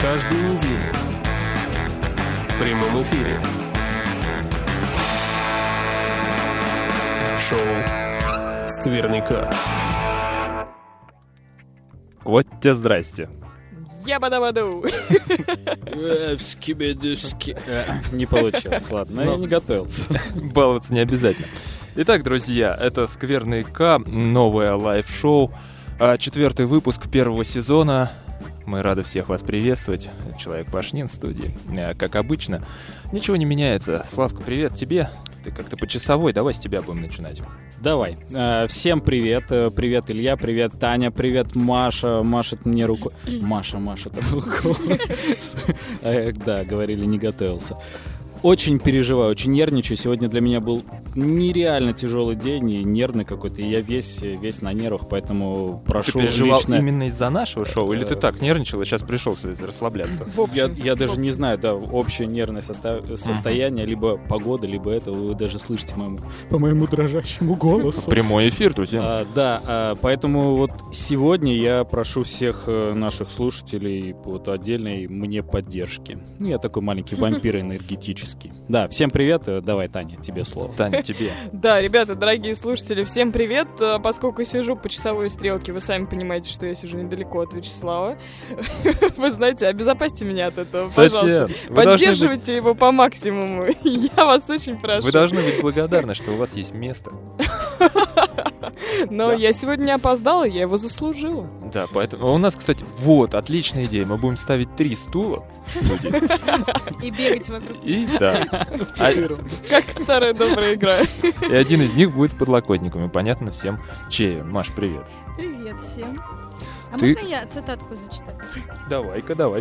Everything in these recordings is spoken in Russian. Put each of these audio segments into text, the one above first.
Каждую неделю. В прямом эфире. Шоу «Скверняка». Вот тебе здрасте. Ябадабаду. Не получилось, ладно, я не готовился. Баловаться не обязательно. Итак, друзья, это «Скверный К», новое лайв-шоу, 4-й выпуск первого сезона. Мы рады всех вас приветствовать. Человек Пашнин в студии. Как обычно, ничего не меняется. Славка, привет тебе. Ты как-то по часовой, давай с тебя будем начинать. Давай. Всем привет. Привет, Илья, привет, Таня, привет, Маша. Машет мне руку. Маша машет руку. Да, говорили, не готовился. Очень переживаю, очень нервничаю. Сегодня для меня был нереально тяжелый день и нервный какой-то. И я весь на нервах, поэтому прошу Ты переживал лично... именно из-за нашего шоу? Или ты так нервничал и сейчас пришел расслабляться? Я даже не знаю, да, общее нервное состояние, либо погода, либо это. Вы даже слышите по моему дрожащему голосу. Прямой эфир, друзья. Да, поэтому вот сегодня я прошу всех наших слушателей вот отдельной мне поддержки. Я такой маленький вампир энергетический. Да, всем привет. Давай, Таня, тебе слово. Таня, тебе. Да, ребята, дорогие слушатели, всем привет. Поскольку сижу по часовой стрелке, вы сами понимаете, что я сижу недалеко от Вячеслава. Вы знаете, обезопасьте меня от этого, пожалуйста. Поддерживайте его по максимуму. Я вас очень прошу. Вы должны быть благодарны, что у вас есть место. Но я сегодня не опоздала, я его заслужила. Да, поэтому... У нас, кстати, вот, отличная идея. Мы будем ставить 3 стула в студии. И бегать вокруг. И да. Как старая добрая игра. И один из них будет с подлокотниками. Понятно всем, чей он. Маш, привет. Привет всем. А Ты- можно я цитатку зачитаю? Давай-ка, давай.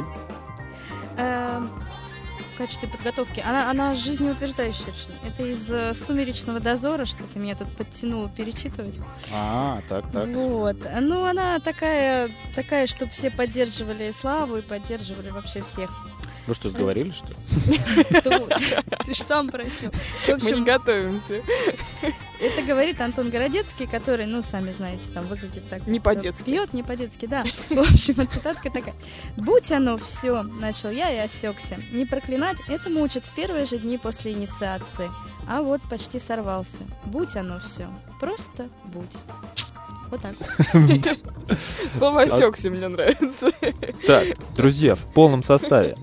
В качестве подготовки. Она жизнеутверждающая очень. Это из «Сумеречного дозора», что-то меня тут подтянуло перечитывать. Так. Вот. Ну, она такая, чтобы все поддерживали Славу и поддерживали вообще всех. Вы что, сговорили, что ли? Ты же сам просил. В Мы не общем, готовимся. это говорит Антон Городецкий, который, ну, сами знаете, там выглядит так. Не по-детски. Пьет не по-детски, да. В общем, цитатка такая. «Будь оно все, начал я и осекся. Не проклинать этому учат в первые же дни после инициации. А вот почти сорвался. Будь оно все. Просто будь». Вот так. Слово «осекся» мне нравится. Так, друзья, в полном составе.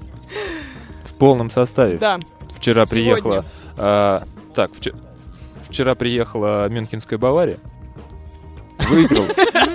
Да. Вчера Сегодня. приехала... Вчера приехала Мюнхенская Бавария. Выиграла.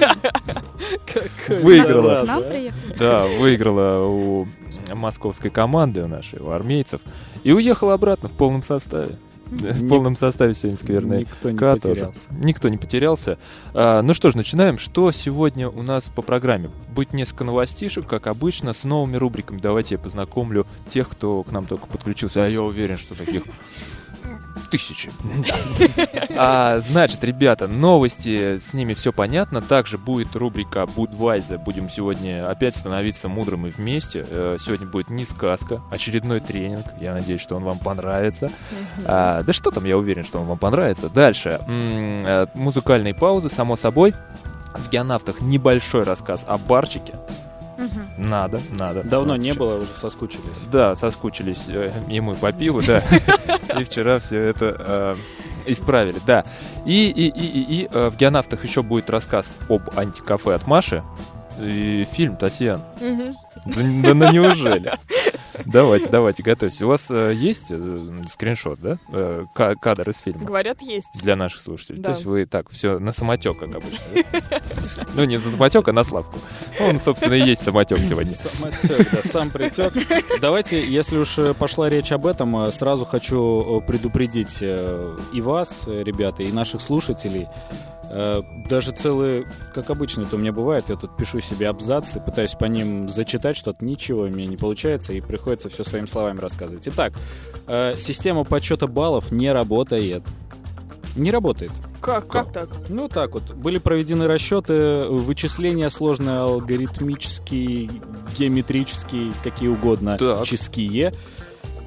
К нам приехали. Да, выиграла у московской команды, у нашей, у армейцев. И уехала обратно в полном составе. В полном составе сегодня «Скверный Никто не К» тоже. потерялся. Никто не потерялся. Ну что ж, начинаем. Что сегодня у нас по программе? Будет несколько новостишек, как обычно, с новыми рубриками. Давайте я познакомлю тех, кто к нам только подключился. А я уверен, что таких тысячи. Значит, ребята, новости, с ними все понятно. Также будет рубрика «Будвайза». Будем сегодня опять становиться мудрым и вместе. Сегодня будет не сказка, очередной тренинг. Я надеюсь, что он вам понравится. Да что там, я уверен, что он вам понравится. Дальше. Музыкальные паузы, само собой. В «Геонавтах» небольшой рассказ о барчике. Надо. Давно не было, уже соскучились. Да, соскучились и мы по пиву, да. И вчера все это исправили, да. И в «Геонавтах» еще будет рассказ об антикафе от Маши. И фильм, Татьяна. Да ну неужели? Давайте, готовьтесь. У вас есть скриншот, да? Кадр из фильма? Говорят, есть. Для наших слушателей. Да. То есть вы так, все на самотек, как обычно. Да? Ну, не на самотек, а на Славку. Он, собственно, и есть самотек сегодня. Самотек, да, сам притек. Давайте, если уж пошла речь об этом, сразу хочу предупредить и вас, ребята, и наших слушателей. Даже целые, как обычно это у меня бывает, я тут пишу себе абзацы, пытаюсь по ним зачитать что-то, ничего у меня не получается, и приходится все своими словами рассказывать. Итак, система подсчета баллов не работает. Не работает. Как так? Ну, так вот. Были проведены расчеты, вычисления сложные, алгоритмические, геометрические, какие угодно, Так. ческие.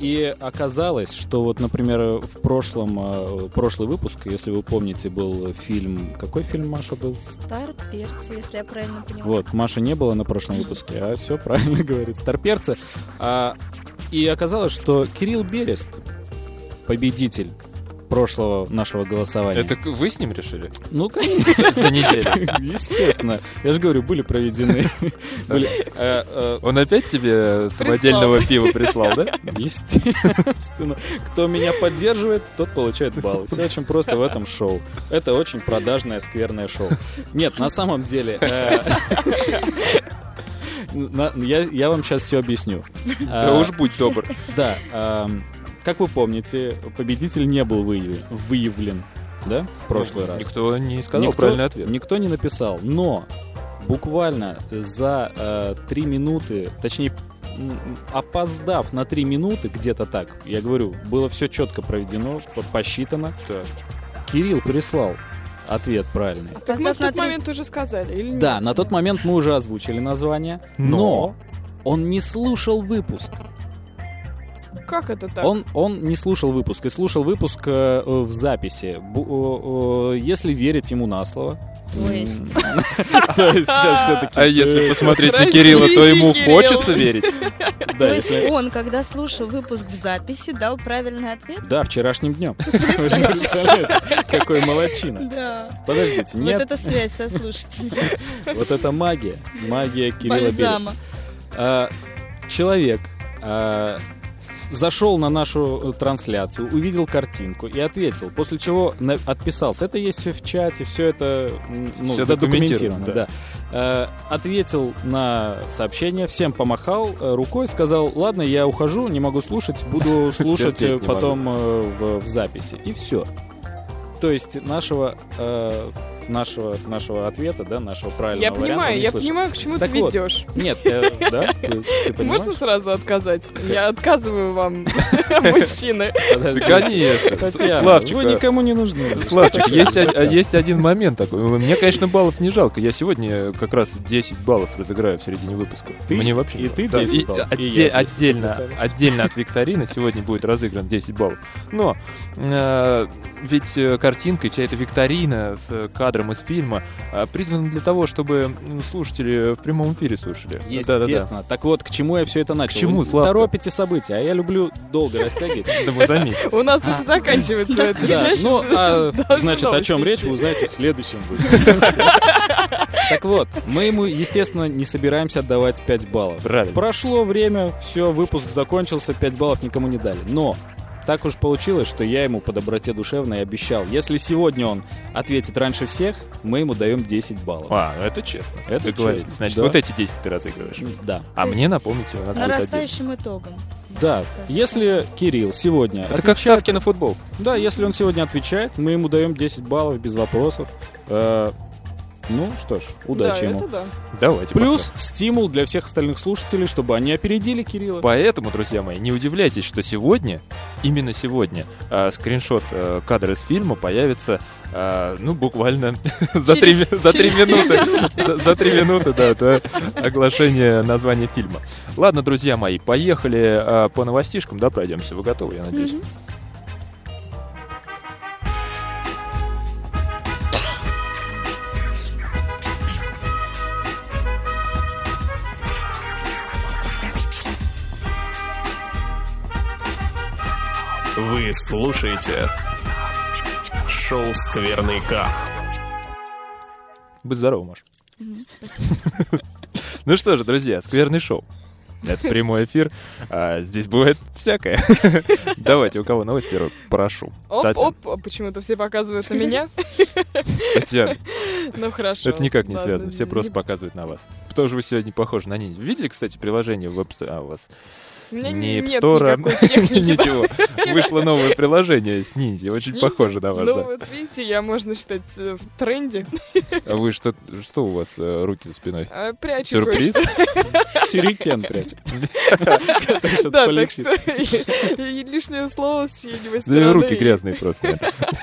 И оказалось, что вот, например, в прошлый выпуск, если вы помните, был фильм... Какой фильм, Маша, был? Старперцы, если я правильно поняла. Вот, Маши не было на прошлом выпуске, а все правильно говорит. Старперцы. И оказалось, что Кирилл Берест, победитель прошлого нашего голосования. Это вы с ним решили? Ну, конечно. За неделю. Естественно. Я же говорю, были проведены. Он опять тебе самодельного пива прислал, да? Естественно. Кто меня поддерживает, тот получает баллы. Все очень просто в этом шоу. Это очень продажное, скверное шоу. Нет, на самом деле... Я вам сейчас все объясню. Да уж будь добр. Да. Как вы помните, победитель не был выявлен, да, в прошлый раз. Никто не сказал правильный ответ. Никто не написал, но буквально за 3 минуты, точнее, опоздав на 3 минуты, где-то так, я говорю, было все четко проведено, посчитано, Так. Кирилл прислал ответ правильный. Так мы в тот момент уже сказали, или нет? Да, на тот момент мы уже озвучили название, но он не слушал выпуск. Как это так? Он не слушал выпуск, и слушал выпуск в записи. Если верить ему на слово. То есть? То есть сейчас все-таки... А если посмотреть на Кирилла, то ему хочется верить? То есть он, когда слушал выпуск в записи, дал правильный ответ? Да, вчерашним днем. Вы же представляете, какой молодчина. Да. Подождите, Вот нет. это связь со слушателем. Вот это магия. Магия Кирилла Бальзама. Береста. Человек зашел на нашу трансляцию, увидел картинку и ответил, после чего отписался. Это есть все в чате, все это Всё задокументировано. документировано, Да. Ответил на сообщение, всем помахал рукой, сказал, ладно, я ухожу, не могу слушать, буду слушать Терпеть не потом в записи. И все. То есть нашего ответа, да, нашего правильного варианта Я понимаю, к чему ты ведешь. Нет, да? Ты понимаешь? Можно сразу отказать? Я отказываю вам, мужчины. Подожди. Конечно. Татьяна, Славчик, вы никому не нужны. Славчик, есть один момент такой. Мне, конечно, баллов не жалко. Я сегодня как раз 10 баллов разыграю в середине выпуска. Ты? Мне вообще И не ты жалко. 10 Да, баллов. и И я 10, отдельно от викторины сегодня будет разыгран 10 баллов. Но ведь картинка и вся эта викторина с кадром из фильма призвана для того, чтобы слушатели в прямом эфире слушали. Естественно. Так вот, к чему я все это начал? К чему, Вы Славка? торопите события, а я люблю долго растягивать. Да мы заметим. У нас уже заканчивается эта Да, часть. ну, значит, о чем новости речь, идти. вы узнаете в следующем выпуске. Так вот, мы ему, естественно, не собираемся отдавать 5 баллов. Правильно. Прошло время, все, выпуск закончился, 5 баллов никому не дали. Но так уж получилось, что я ему по доброте душевной обещал. Если сегодня он ответит раньше всех, мы ему даем 10 баллов. Это честно. Это Договорились. честно. Значит, Да. вот эти 10 ты разыгрываешь. Да. А мне, напомните, у нас будет один. Нарастающим итогом. Да, если Кирилл сегодня Это как ставки на футбол. Да, если он сегодня отвечает, мы ему даем 10 баллов без вопросов. Ну что ж, удачи Да, ему. это да. Давайте. Плюс стимул для всех остальных слушателей, чтобы они опередили Кирилла. Поэтому, друзья мои, не удивляйтесь, что сегодня, именно сегодня, скриншот кадра из фильма появится, буквально за 3 минуты. За 3 минуты, да, до оглашения названия фильма. Ладно, друзья мои, поехали по новостишкам, да, пройдемся. Вы готовы, я надеюсь? Вы слушаете шоу «Скверный Ках». Будь здоров, Маш. Спасибо. Ну что же, друзья, скверный шоу. Это прямой эфир. Здесь бывает всякое. Давайте, у кого новость первая? Прошу. Оп, почему-то все показывают на меня. Татьяна, Ну хорошо. это никак не Ладно, связано. Все просто показывают на вас. Потому что вы сегодня похожи на ниндзя. Видели, кстати, приложение в App Store? У вас У меня не App нет Store, никакой техники. ничего. Вышло новое приложение с ниндзя. Очень Ниндзя? похоже на вас, Ну да. вот видите, я, можно считать, в тренде. А вы что у вас руки за спиной? Прячу Сюрприз? кое-что. Сюрикен прячет. Да, так что и лишнее слово с чьей-нибудь Да и стороны. руки грязные просто.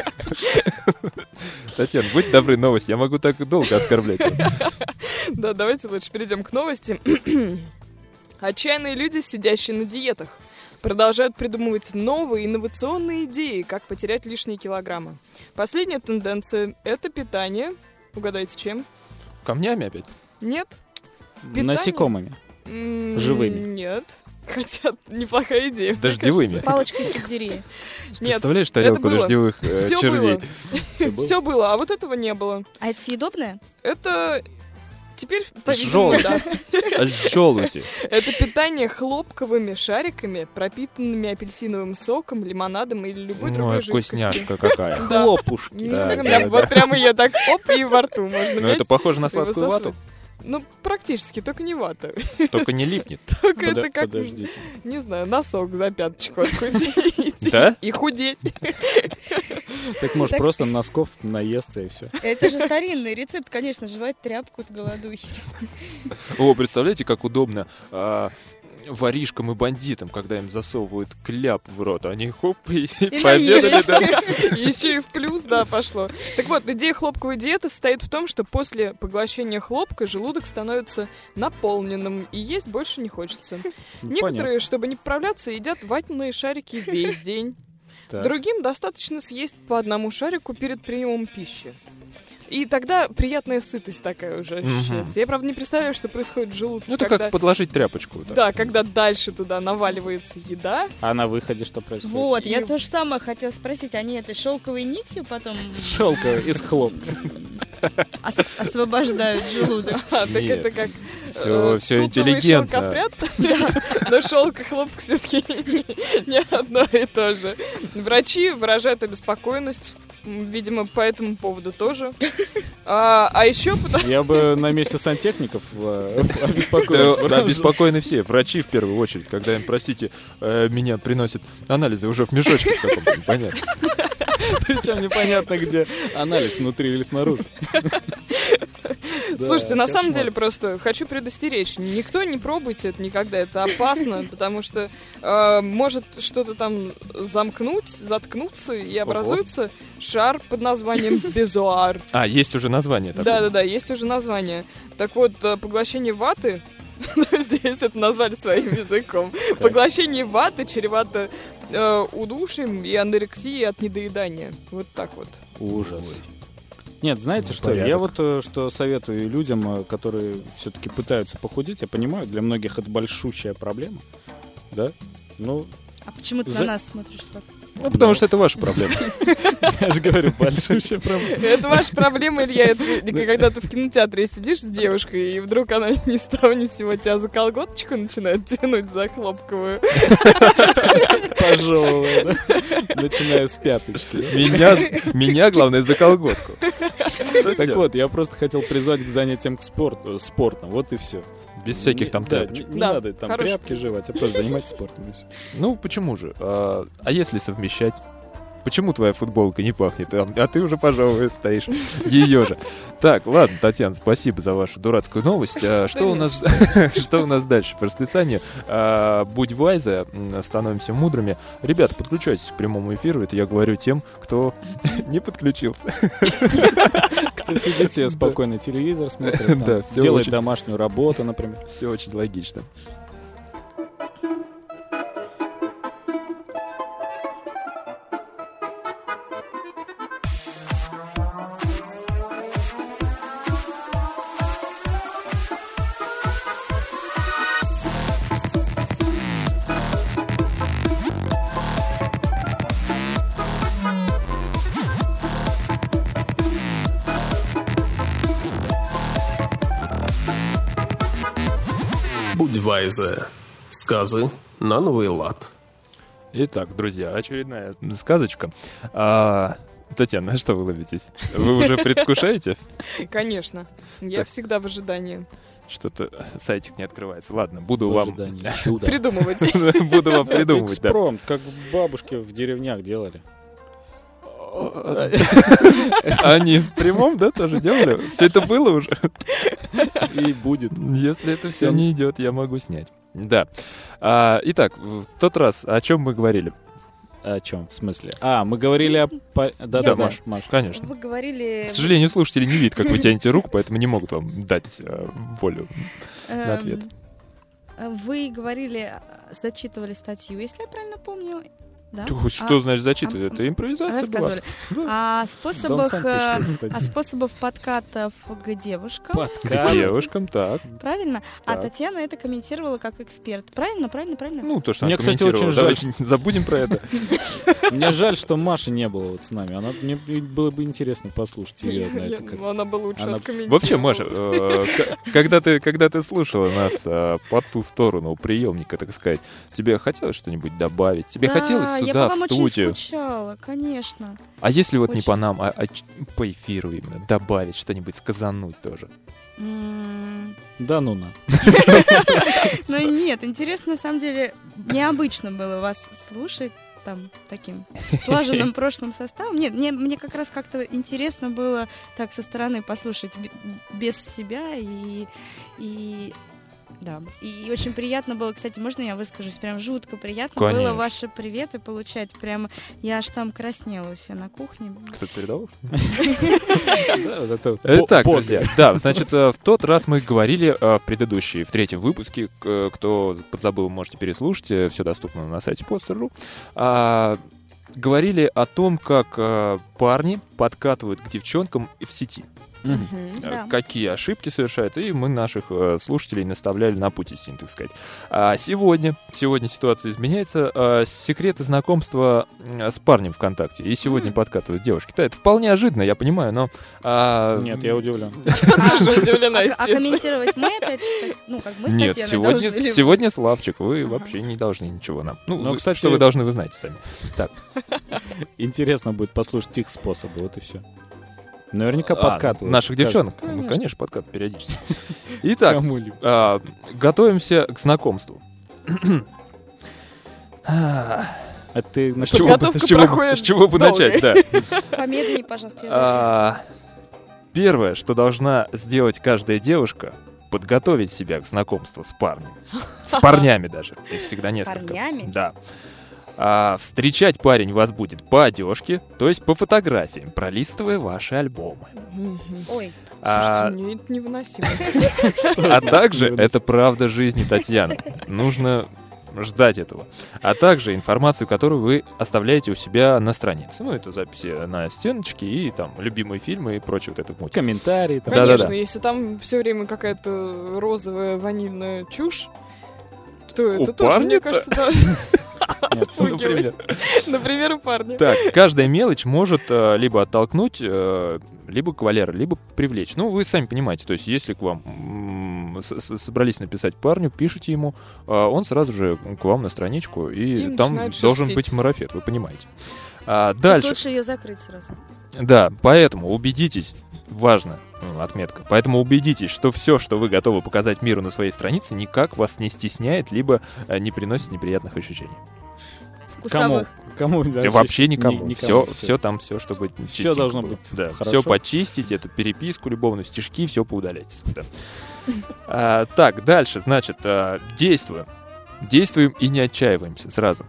Татьяна, будь добры, новость. Я могу так долго оскорблять вас. Да, давайте лучше перейдем к новости. Отчаянные люди, сидящие на диетах. продолжают придумывать новые инновационные идеи, как потерять лишние килограммы. Последняя тенденция – это питание. Угадайте, чем? Камнями опять? Нет. Питание? Насекомыми. Живыми. Нет. Хотя неплохая идея. Дождевыми. Палочкой сельдерей. Нет, Представляешь тарелку дождевых червей? Все было, а вот этого не было. А это съедобное? Это теперь, по-видимому, да. Желуди. Это питание хлопковыми шариками, пропитанными апельсиновым соком, лимонадом или любой другой жидкостью. Вкусняшка какая. Да. Хлопушки. Да. Вот прямо ее так, оп, и во рту можно Ну, взять. это похоже на и сладкую высасывать. вату. Ну, практически, только не вата. Только не липнет. Только это как, Подождите. не знаю, носок за пяточку откусить. Да? И худеть. Так можешь Так- просто носков наесться и все. Это же старинный рецепт, конечно, жевать тряпку с голодухи. О, представляете, как удобно воришкам и бандитам, когда им засовывают кляп в рот, они хоп и пообедали. наелись. Да. Еще и в плюс, да, пошло. Так вот, идея хлопковой диеты состоит в том, что после поглощения хлопка желудок становится наполненным, и есть больше не хочется. Некоторые, чтобы не поправляться, едят ватные шарики весь день. Так. Другим достаточно съесть по одному шарику перед приемом пищи. И тогда приятная сытость такая уже ощущается. Я, правда, не представляю, что происходит в желудке, Ну, это когда... как подложить тряпочку. так. Да, когда дальше туда наваливается еда. А на выходе что происходит? Вот, я И- то же самое хотела спросить, они этой шелковой нитью потом Шелка из хлопка. освобождают желудок? А, так Нет. это как... Всё тутовый интеллигентно. шелкопряд. Да, но шелк и хлопок все-таки не одно и то же. Врачи выражают обеспокоенность, видимо, по этому поводу тоже. А еще потому... Я бы на месте сантехников обеспокоился. Да, обеспокоены все. Врачи в первую очередь, когда им, простите, меня приносят анализы уже в мешочке в каком-то, непонятно. Причем непонятно, где анализ, внутри или снаружи. Слушайте, на самом кошмар. деле просто хочу предостеречь. Никто не пробуйте это никогда, это опасно, потому что может что-то там заткнуться и образуется шар под названием безуар. А, есть уже название такое. Да-да-да, есть уже название. Так вот, поглощение ваты, здесь это назвали своим языком, поглощение ваты чревато удушьем и анорексией от недоедания. Вот так вот. Ужас. Нет, знаете что, порядок. я вот что советую людям, которые все-таки пытаются похудеть, я понимаю, для многих это большущая проблема, да? Ну, А почему ты За- на нас смотришь, Слав? Ну, потому что это ваша проблема. я же говорю, большущая проблема. Это ваша проблема, Илья. Это когда ты в кинотеатре сидишь с девушкой, и вдруг она ни с того ни с сего тебя за колготочку начинает тянуть за хлопковую. Пожевывая, да? Начиная с пяточки. Меня, главное, за колготку. Так вот, я просто хотел призвать к занятиям к спортом, вот и все. Без всяких там Да, тряпочек. не Да, надо там хороший тряпки жевать, а просто занимайтесь спортом. и всё. Ну, почему же? А если совмещать? Почему твоя футболка не пахнет, а ты уже пожевываешь, стоишь ее же? Так, ладно, Татьяна, спасибо за вашу дурацкую новость. Что у нас дальше по расписанию? Будь вайза, становимся мудрыми. Ребята, подключайтесь к прямому эфиру. Это я говорю тем, кто не подключился. Кто сидит себе спокойно, телевизор смотрит, там, Да, всё делает очень- домашнюю работу, например. Все очень логично. Будьвайзе. Сказы на новый лад. Итак, друзья, очередная сказочка. Татьяна, на что вы ловитесь? Вы уже предвкушаете? Конечно. Я Так. всегда в ожидании. Что-то сайтик не открывается. Ладно, буду В вам ожидании чуда. Придумывать. буду вам придумывать. да. Экспромт, как бабушки в деревнях делали. Они в прямом, да, тоже делали? Все это было уже? И будет. Если это все не идет, я могу снять. Да. Итак, в тот раз о чем мы говорили? О чем? В смысле? Мы говорили о... Да, знаю. Маш. Конечно. Вы говорили... К сожалению, слушатели не видят, как вы тянете руку, поэтому не могут вам дать волю на ответ. вы говорили, зачитывали статью, если я правильно помню. Да? Что значит зачитывать? Это импровизация рассказывали. была. О способах подкатов к девушкам. К девушкам, так. Правильно? Так. А Татьяна это комментировала как эксперт. Правильно? Ну, то, что мне, она кстати, очень жаль. Давайте забудем про это. Мне жаль, что Маши не было вот с нами. Мне было бы интересно послушать ее на это. Она бы лучше откомментировала. Вообще, Маша, когда ты слушала нас по ту сторону приемника, так сказать, тебе хотелось что-нибудь добавить? Тебе хотелось я сюда, по в вам студию? очень скучала, конечно. А если вот не Очень. по нам, а по эфиру именно, добавить что-нибудь, сказануть тоже? Да ну на. Ну нет, интересно, на самом деле, необычно было вас слушать там таким слаженным прошлым составом. Нет, мне как раз как-то интересно было так со стороны послушать без себя и да. И очень приятно было, кстати, можно я выскажусь? Прям жутко приятно было ваши приветы получать. Прямо я аж там краснела у себя на кухне. Кто-то передал? Итак, друзья, да, значит, в тот раз мы говорили в предыдущей, в третьем выпуске, кто подзабыл, можете переслушать, все доступно на сайте Podster.ru, говорили о том, как парни подкатывают к девчонкам в сети. Да. Какие ошибки совершают, и мы наших слушателей наставляли на путь истины, так сказать. А сегодня ситуация изменяется. Секреты знакомства с парнем ВКонтакте. И сегодня подкатывают девушки. Да, это вполне ожиданно, я понимаю, но... Нет, я удивлен. Тоже удивлена, А естественно. комментировать мы опять? Ну, как мы с Нет, Татьяной должны ли- сегодня Славчик, вы вообще не должны ничего нам. Ну, кстати, что вы должны, вы знаете сами. Так. Интересно будет послушать их способы, вот и все. Наверняка подкатывают. Наших девчонок. Конечно. Ну, конечно, подкат периодически. Итак, Кому-либо. готовимся к знакомству. А ты на С чего бы начать, да. Помедленнее, пожалуйста, я Первое, что должна сделать каждая девушка, подготовить себя к знакомству с парнем. С парнями даже. Их всегда несколько. парнями? Да. Встречать парень вас будет по одежке, то есть по фотографиям, пролистывая ваши альбомы. Ой, Слушайте, мне это невыносимо. А также, это правда жизни Татьяны, нужно ждать этого. А также информацию, которую вы оставляете у себя на странице. Ну, это записи на стеночке и там любимые фильмы и прочее вот это муть. Комментарии. там. Да-да-да. Конечно, если там все время какая-то розовая ванильная чушь, то это тоже, мне парня-то? кажется, должно Например. отпугивать. Например, у парня. Так, каждая мелочь может либо оттолкнуть, либо кавалера, либо привлечь. Ну, вы сами понимаете, то есть если к вам собрались написать парню, пишите ему, он сразу же к вам на страничку, и И там начинает должен шерстить. быть марафет, вы понимаете. то Дальше. лучше ее закрыть сразу. Да, поэтому убедитесь, важно, отметка, поэтому убедитесь, что все, что вы готовы показать миру на своей странице, никак вас не стесняет, либо не приносит неприятных ощущений. Вкусовых. Кому? Да, Вообще никому. никому. Все там, все, чтобы Всё должно быть Да, хорошо. все почистить, эту переписку любовную, стишки, все поудалять. Да. Так, дальше, значит, действуем. Действуем и не отчаиваемся сразу.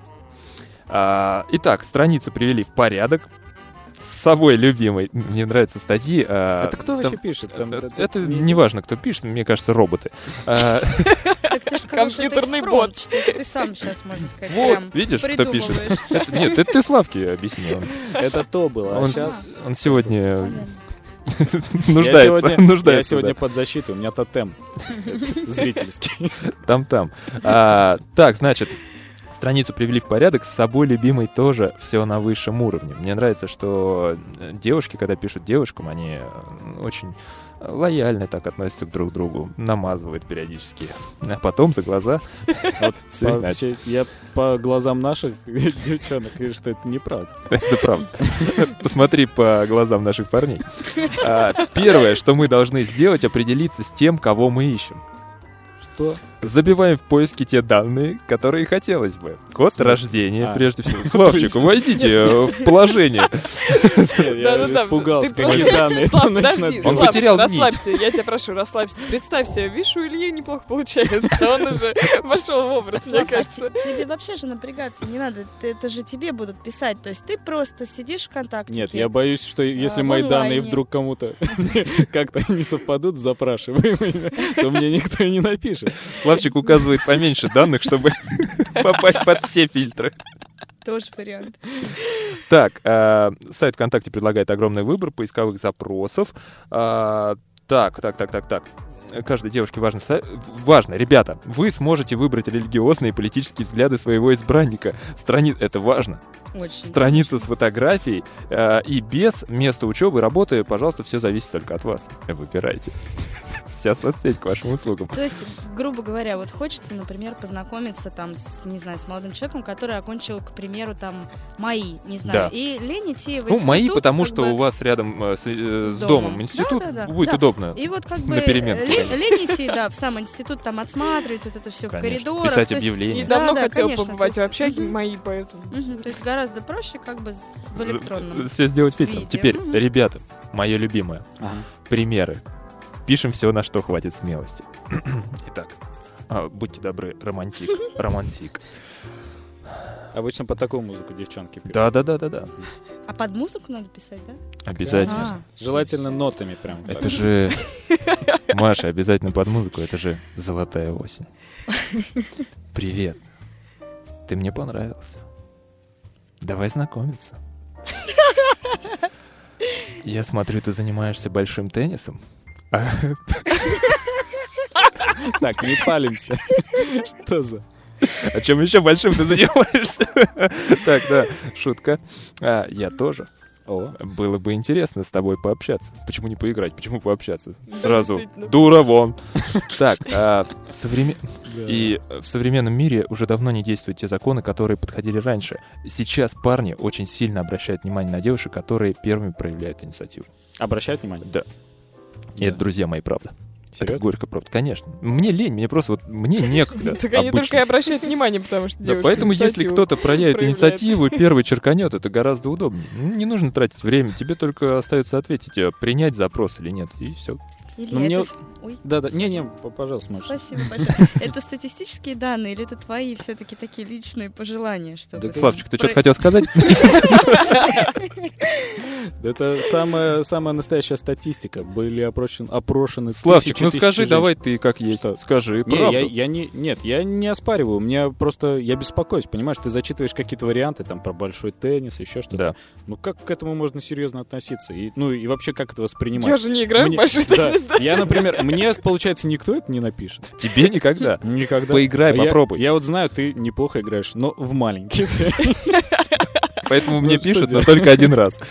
Итак, страницу привели в порядок. С собой любимой. Мне нравятся статьи. Это кто вообще пишет? Там, Это не важно, кто пишет, мне кажется, роботы. Так ты ж сказал, что это Компьютерный экспромт, бот. что это ты сам сейчас, можно сказать, Вот, прям видишь, кто пишет? придумываешь. Нет, это ты Славке объясни. Это то было. А Он сейчас... он сегодня Понятно. нуждается. Я Нуждается, сегодня да. под защитой, у меня тотем зрительский. Там. Так, значит, страницу привели в порядок, с собой любимой тоже все на высшем уровне. Мне нравится, что девушки, когда пишут девушкам, они очень лояльно так относятся друг к другу, намазывают периодически. А потом за глаза все иначе. Вообще, я по глазам наших девчонок вижу, что это неправда. Это правда. Посмотри по глазам наших парней. Первое, что мы должны сделать, определиться с тем, кого мы ищем. Что? Забиваем в поиске те данные, которые хотелось бы. Код смысле? рождения, прежде всего. Славчик, войдите в положение. Я Да-да-да. испугался, Ты какие просто- данные Слав, там подожди, начинают. Он Слав, потерял нить. расслабься, я тебя прошу, расслабься. Представь себе, видишь, у Ильи неплохо получается. Он уже вошел в образ, мне Слав, а кажется. тебе вообще же напрягаться не надо. Это же тебе будут писать. То есть ты просто сидишь ВКонтакте. Нет, я боюсь, что если в мои данные онлайне. вдруг кому-то как-то не совпадут с запрашиваемыми, то мне никто и не напишет. Славчик указывает поменьше данных, чтобы попасть под все фильтры. Тоже вариант. Так, сайт ВКонтакте предлагает огромный выбор поисковых запросов. Так. Каждой девушке важно, ребята, вы сможете выбрать религиозные и политические взгляды своего избранника. Это важно. Очень. Страница с фотографией и без места учебы, работы, пожалуйста, все зависит только от вас. Выбирайте. Вся соцсеть к вашим услугам. То есть, грубо говоря, вот хочется, например, познакомиться там с молодым человеком, который окончил, к примеру, там МАИ, не знаю, да. и лень идти в институт. МАИ, потому что у вас рядом с домом институт, будет удобно. И вот как бы на переменку. Лень идти, в сам институт, там отсматривать вот это все в коридорах. Писать объявления. Недавно хотел побывать в общаге МАИ, поэтому. То есть гораздо проще как бы в электронном. Все сделать фильтром. виде. Теперь, ребята, мое любимое. Примеры. Пишем все, на что хватит смелости. Итак, будьте добры, романтик. Обычно под такую музыку девчонки пишут. Да. А под музыку надо писать, да? Обязательно. Желательно нотами прям. Это же... Маша, обязательно под музыку. Это же золотая осень. Привет. Ты мне понравился. Давай знакомиться. Я смотрю, ты занимаешься большим теннисом. Так, не палимся. Что за... А чем еще большим ты занимаешься? Так, да, шутка. Я тоже. Было бы интересно с тобой пообщаться. Почему не поиграть? Почему пообщаться? Сразу дура вон. Так, и в современном мире уже давно не действуют те законы, которые подходили раньше. Сейчас парни очень сильно обращают внимание на девушек, которые первыми проявляют инициативу. Обращают внимание? Да. И это, друзья мои, правда. Серьезно? Это горько, правда. Конечно. Мне лень, мне некогда. Так они только и обращают внимание, потому что девушка. Поэтому если кто-то проявит инициативу, первый черканет, это гораздо удобнее. Не нужно тратить время, тебе только остается ответить, принять запрос или нет, и все. Да. Не, пожалуйста, Маша. Спасибо большое. Это статистические данные или это твои все-таки такие личные пожелания? Славчик, ты что-то хотел сказать? Это самая настоящая статистика. Были опрошены Славчик, скажи, давай ты как есть. Скажи правду. Я не оспариваю. Я беспокоюсь, понимаешь? Ты зачитываешь какие-то варианты там про большой теннис, еще что-то. Да. Ну как к этому можно серьезно относиться? И вообще как это воспринимать? Я же не играю в большой теннис. Я, например, мне, получается, никто это не напишет. Тебе никогда? Никогда. Поиграй, попробуй. Я вот знаю, ты неплохо играешь, но в маленький. Поэтому мне пишут, но только один раз.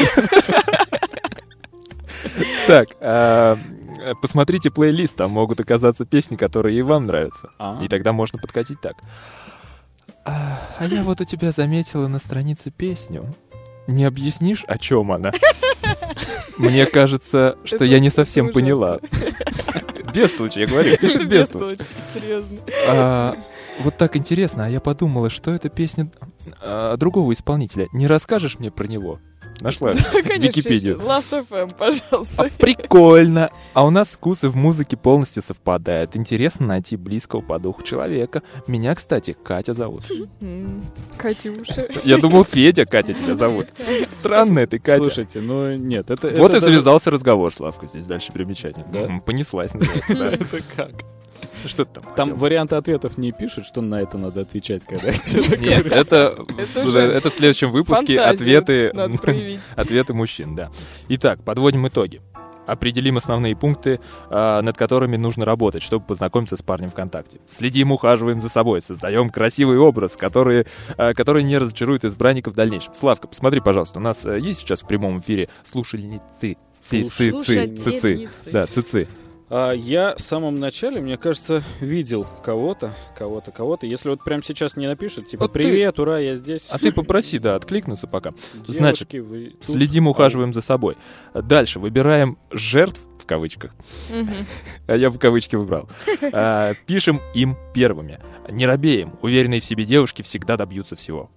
Так, посмотрите плейлист, там могут оказаться песни, которые и вам нравятся. И тогда можно подкатить так. А я вот у тебя заметила на странице песню. Не объяснишь, о чем она? Мне кажется, что я не совсем поняла. Без случая, я говорю, пишет без случая. Серьезно. Вот так интересно, а я подумала, что это песня другого исполнителя. Не расскажешь мне про него? Нашла Википедию. Last.fm, пожалуйста. Прикольно. А у нас вкусы в музыке полностью совпадают. Интересно найти близкого по духу человека. Меня, кстати, Катя зовут. Катюша. Я думал, Федя, Катя тебя зовут. Странная ты, Катя. Слушайте, нет, это... Вот и завязался разговор, Славка, здесь дальше примечательно. Понеслась, называется. Это как? Что ты там? Там варианты ответов не пишут, что на это надо отвечать, когда Нет, это в следующем выпуске ответы мужчин, да. Итак, подводим итоги. Определим основные пункты, над которыми нужно работать, чтобы познакомиться с парнем ВКонтакте. Следим, ухаживаем за собой, создаем красивый образ, который не разочарует избранников в дальнейшем. Славка, посмотри, пожалуйста, у нас есть сейчас в прямом эфире слушательницы. Да, цицы. Я в самом начале, мне кажется, видел кого-то. Если вот прямо сейчас не напишут, типа, привет, ура, я здесь. А ты попроси, откликнуться пока. Значит, следим, ухаживаем за собой. Дальше выбираем жертв, в кавычках. Я в кавычки выбрал. Пишем им первыми. Не робеем. Уверенные в себе девушки всегда добьются всего.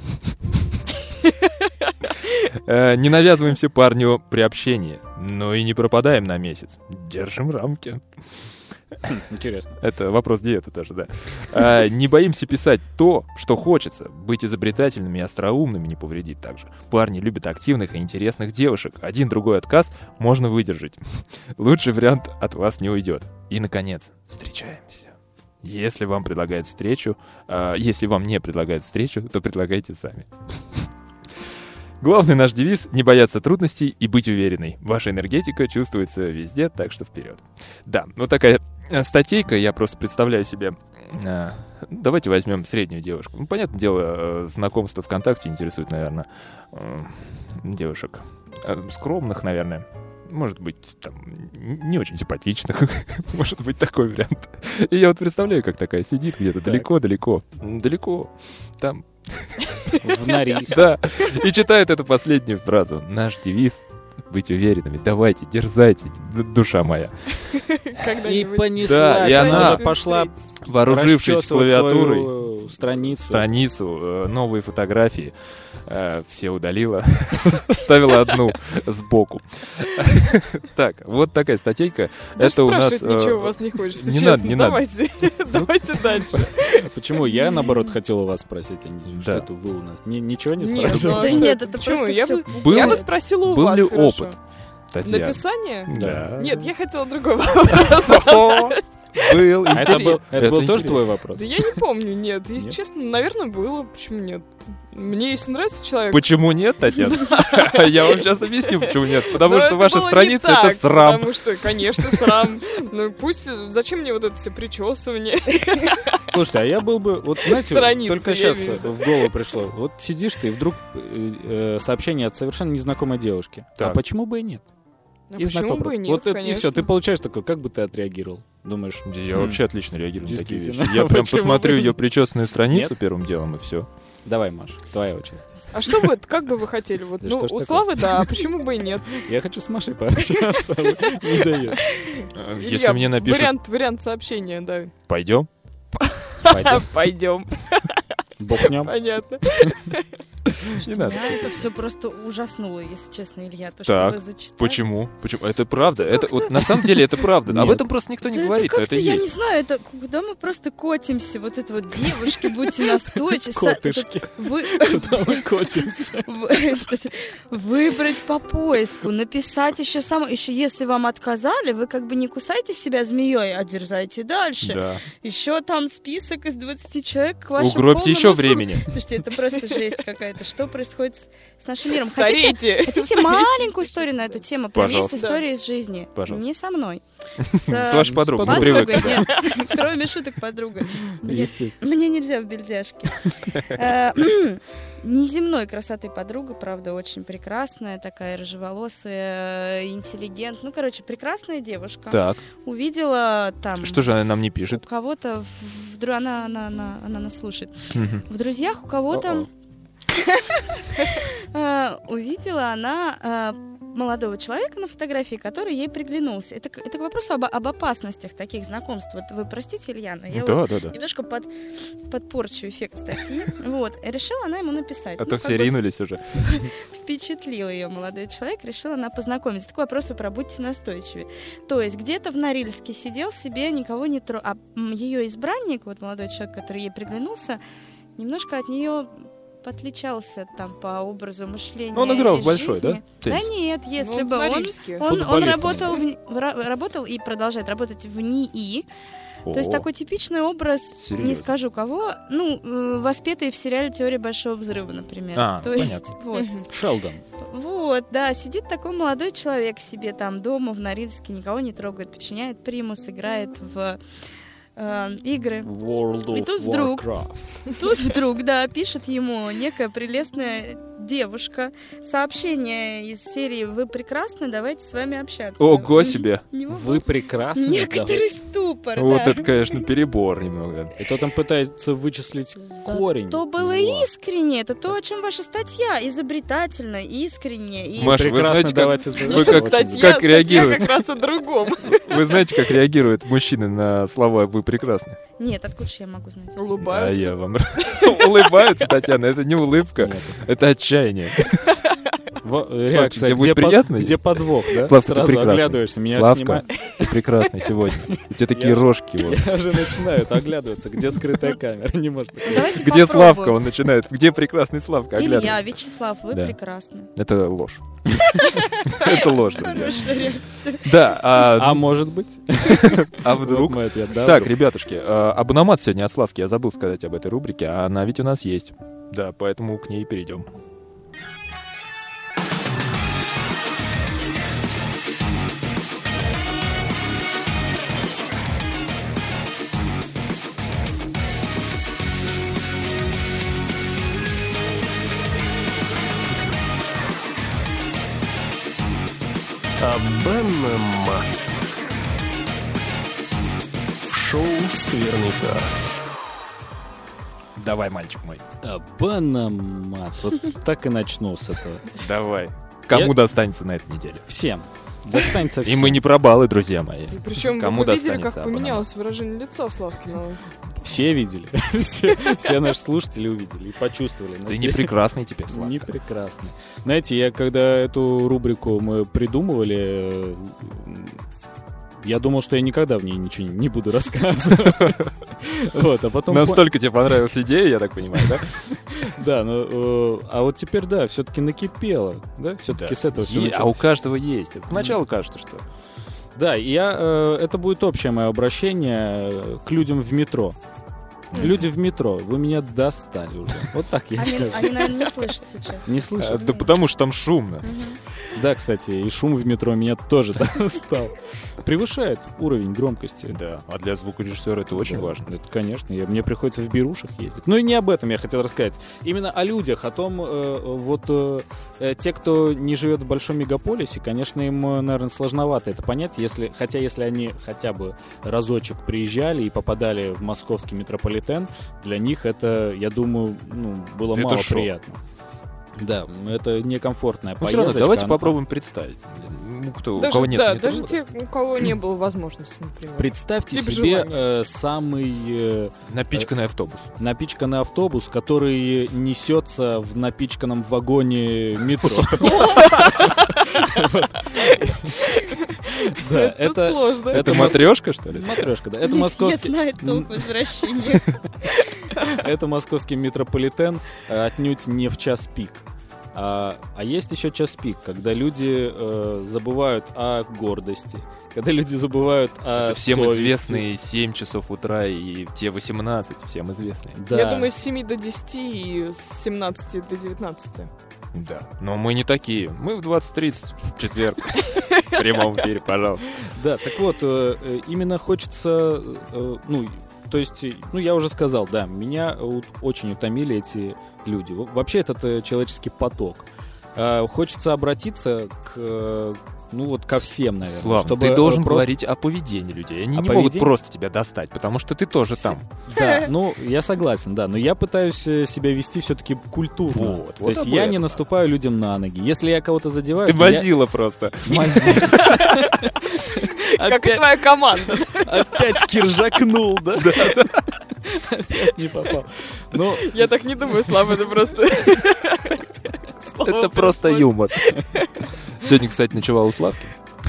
Не навязываемся парню при общении, но и не пропадаем на месяц. Держим рамки. Интересно. Это вопрос диеты даже, да. Не боимся писать то, что хочется. Быть изобретательными и остроумными не повредит также. Парни любят активных и интересных девушек. Один другой отказ можно выдержать. Лучший вариант от вас не уйдет. И, наконец, встречаемся. Если вам предлагают встречу, если вам не предлагают встречу, то предлагайте сами. Главный наш девиз — не бояться трудностей и быть уверенной. Ваша энергетика чувствуется везде, так что вперед. Да, вот такая статейка, я просто представляю себе... Давайте возьмем среднюю девушку. Ну, понятное дело, знакомство ВКонтакте интересует, наверное, девушек скромных, наверное. Может быть, там, не очень симпатичных. Может быть, такой вариант. И я вот представляю, как такая сидит где-то далеко-далеко. Далеко. Там... В Норильске. Да. И читает эту последнюю фразу. Наш девиз — быть уверенными. Давайте, дерзайте, душа моя. И понеслась. Да, и она пошла, вооружившись клавиатурой, страницу, новые фотографии, все удалила, ставила одну сбоку. Так, вот такая статейка. Это у нас... ничего у вас не хочется, честно. Не надо. Давайте дальше. Почему? Я, наоборот, хотел у вас спросить, что это вы у нас. Ничего не спрашиваете? Нет, это почему? Я бы спросила у вас. Был ли опыт, Татьяна? Написание? Да. Нет, я хотела другой вопрос. Был. Это был тоже твой вопрос? Да я не помню, нет. Если честно, наверное, было. Почему нет? Мне, если нравится человек... Почему нет, Татьяна? Я вам сейчас объясню, почему нет. Потому что ваша страница — это срам. Потому что, конечно, срам. Ну пусть... Зачем мне вот это все причесывание? Слушайте, а я был бы... Вот знаете, только сейчас в голову пришло. Вот сидишь ты, и вдруг сообщение от совершенно незнакомой девушки. А почему бы и нет? Почему бы и нет, вот конечно. И все, ты получаешь такое, как бы ты отреагировал? Думаешь? Я вообще отлично реагирую на такие вещи. Действительно. Я прям посмотрю ее причесанную страницу первым делом, и все. Давай, Маш, твоя очередь. А что вы, как бы вы хотели? Вот, ну, у Славы, да, а почему бы и нет? Я хочу с Машей пообщаться, не дает. Если мне напишут... Вариант сообщения, да. Пойдем? Пойдем. Бухнем. Понятно. Не надо. Меня это все просто ужаснуло, если честно, Илья. То, что Так, вы зачитали. почему? Это правда. Это вот на самом деле это правда. Об этом просто никто не говорит, но это Я не есть. знаю, это куда мы просто котимся. Вот это вот девушки, будьте настойчивы. Котышки. Куда мы котимся? Выбрать по поиску, написать еще если вам отказали, вы как бы не кусайте себя змеей, а дерзайте дальше. Да. Еще там список из 20 человек к вашим Угробьте еще полным услугам. времени. Слушайте, это просто жесть какая-то. Что происходит с нашим миром? Старейте. Хотите маленькую историю на эту тему? Провести Пожалуйста. истории из жизни. Пожалуйста. Не со мной. С вашей подругой. Мы Подругой, привыкли. нет. Кроме шуток, подруга. Мне нельзя в бельдяшке. Неземной красоты подруга, правда, очень прекрасная, такая рыжеволосая, интеллигент. Ну, короче, прекрасная девушка. Так, Увидела там... что же она нам не У пишет? кого-то... Она нас слушает. В друзьях у кого-то... Увидела она молодого человека на фотографии, который ей приглянулся. Это к вопросу об опасностях таких знакомств. Вот вы простите, Ильяна, я Да. немножко подпорчу эффект статьи. Вот. И решила она ему написать. А то все ринулись уже. Впечатлил ее молодой человек, решила она познакомиться. Такой вопрос про «будьте настойчивее». То есть где-то в Норильске сидел себе, никого не трогал. А ее избранник, вот молодой человек, который ей приглянулся, немножко от нее отличался там по образу мышления. Он играл и в большой, жизни. да? Да нет, если бы он работал и продолжает работать в НИИ. То есть такой типичный образ, Серьезно? не скажу кого, воспетый в сериале «Теория большого взрыва», например. Понятно. Есть, вот. Шелдон. Вот, да, сидит такой молодой человек себе там дома в Норильске, никого не трогает, подчиняет примус, играет в игры. World of И тут вдруг, да, пишет ему некая прелестная девушка сообщение из серии «Вы прекрасны, давайте с вами общаться». Ого себе! Вы прекрасны. Некоторый ступор, Вот да. это, конечно, перебор немного. И то там пытается вычислить корень. То было зла. искренне, это то, о чем ваша статья, изобретательно, искренне. И... Маша, вы Прекрасно, знаете, давайте вы как реагирует? как раз о другом. Вы знаете, как реагируют мужчины на слова «вы прекрасны»? Нет, откуда же я могу знать? А Улыбаются. я вам улыбаются, Татьяна, это не улыбка, это отчаяние. Реакция, тебе будет приятно? Где подвох, да? Славка, сразу ты прекрасный. оглядываешься, меня Славка, снимают. ты прекрасный сегодня. У тебя такие рожки. Вот. Я уже начинаю оглядываться, где скрытая камера. Не может быть. Давайте Где попробуем. Славка? Он начинает. Где прекрасный Славка? Илья, Оглядывается. Вячеслав, вы Да. прекрасны. Это ложь. Это ложь, друзья. Хорошая реакция. Да, А может быть? а вдруг? Вот мой ответ, да, Так, вдруг. ребятушки, абономат сегодня от Славки. Я забыл сказать об этой рубрике, а она ведь у нас есть. Да, поэтому к ней перейдем. Абономат. В шоу скверника. Давай, мальчик мой. Абономат. Вот так и начну с этого. Давай. Кому Я- достанется на этой неделе? Всем. Достанется И всем. мы не пробалы, друзья мои. Причем Кому вы видели, достанется как поменялось выражение лица Славкина? Все видели. Все наши слушатели увидели и почувствовали. Ты не прекрасный теперь, Славка. Не прекрасный. Знаете, я когда эту рубрику мы придумывали, я думал, что я никогда в ней ничего не буду рассказывать. Вот, а потом... Настолько тебе понравилась идея, я так понимаю, да? Да, ну, а вот теперь, да, все-таки накипело, да, все-таки с этого все А началось. у каждого есть. Поначалу кажется, что... Да, и это будет общее мое обращение к людям в метро. Люди в метро, вы меня достали уже. Вот так я скажу. Они, наверное, не слышат сейчас. Не слышат? Да потому что там шумно. Да, кстати, и шум в метро меня тоже достал. Превышает уровень громкости. Да, а для звукорежиссера это очень Да, важно. Это, конечно, мне приходится в берушах ездить. Ну и не об этом я хотел рассказать. Именно о людях, о том, те, кто не живет в большом мегаполисе, конечно, им, наверное, сложновато это понять, хотя если они хотя бы разочек приезжали и попадали в московский метрополитен, для них это, я думаю, было Это мало шок. приятно. Да, это некомфортная Ну, поездочка. все равно, давайте она- попробуем представить. У Даже, кого нет да, метро. даже те, у кого не было возможности, например. Представьте Либо себе желание. Напичканный автобус. напичканный автобус, который несется в напичканном вагоне метро. Да, Это сложно. Это матрешка, что ли? матрешка, да. Это Не московский, знает толк возвращения. это московский метрополитен отнюдь не в час пик. А есть еще час пик, когда люди забывают о гордости, когда люди забывают о Это всем совести. известные 7 часов утра и те 18, всем известные. Да. Я думаю, с 7 до 10 и с 17 до 19. Да. Но мы не такие. Мы в 20:30 в четверг. В прямом эфире, пожалуйста. Да, так вот, именно хочется, то есть, я уже сказал, да, меня очень утомили эти люди. Вообще этот человеческий поток. Хочется обратиться ко всем, наверное. Слав, чтобы, ты должен просто- говорить о поведении людей. Они О не могут поведении? просто тебя достать, потому что ты тоже там. Да, я согласен, да, но я пытаюсь себя вести все-таки культурно. Вот То есть об я этом не наступаю людям на ноги. Если я кого-то задеваю, Ты то я- мазила просто. Мазила. Как и твоя команда. Опять киржакнул, да? Опять не попал. Ну, Я так не думаю, Слава, это просто... Слава Это просто пришлось. юмор. Сегодня, кстати, ночевал у Славки.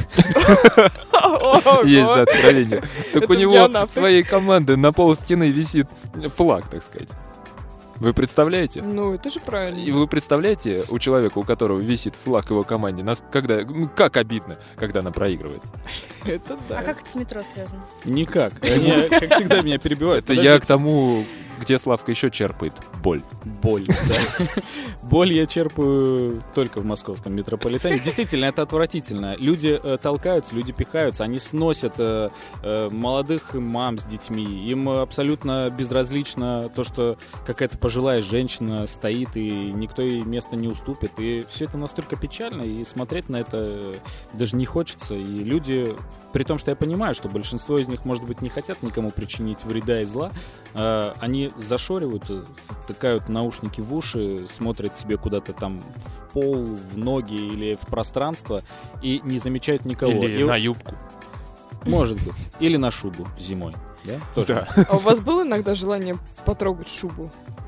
Ого. Есть, да, откровение. Так у Это него геонавты. своей команды на пол стены висит флаг, так сказать. Вы представляете? Ну, это же И правильно. вы представляете, у человека, у которого висит флаг его команде, как обидно, когда она проигрывает. Это да. А как это с метро связано? никак. Они, как всегда, меня перебивают. Это я к тому, где Славка еще черпает боль. Боль, да. Боль я черпаю только в московском метрополитене. Действительно, это отвратительно. Люди толкаются, люди пихаются, они сносят молодых мам с детьми. Им абсолютно безразлично то, что какая-то пожилая женщина стоит, и никто ей места не уступит. И все это настолько печально, и смотреть на это даже не хочется. И люди... При том, что я понимаю, что большинство из них, может быть, не хотят никому причинить вреда и зла, они зашориваются, втыкают наушники в уши, смотрят себе куда-то там в пол, в ноги или в пространство и не замечают никого. Или И на юбку. Может быть. Или на шубу зимой. Да? Тоже. Да. А у вас было иногда желание потрогать шубу?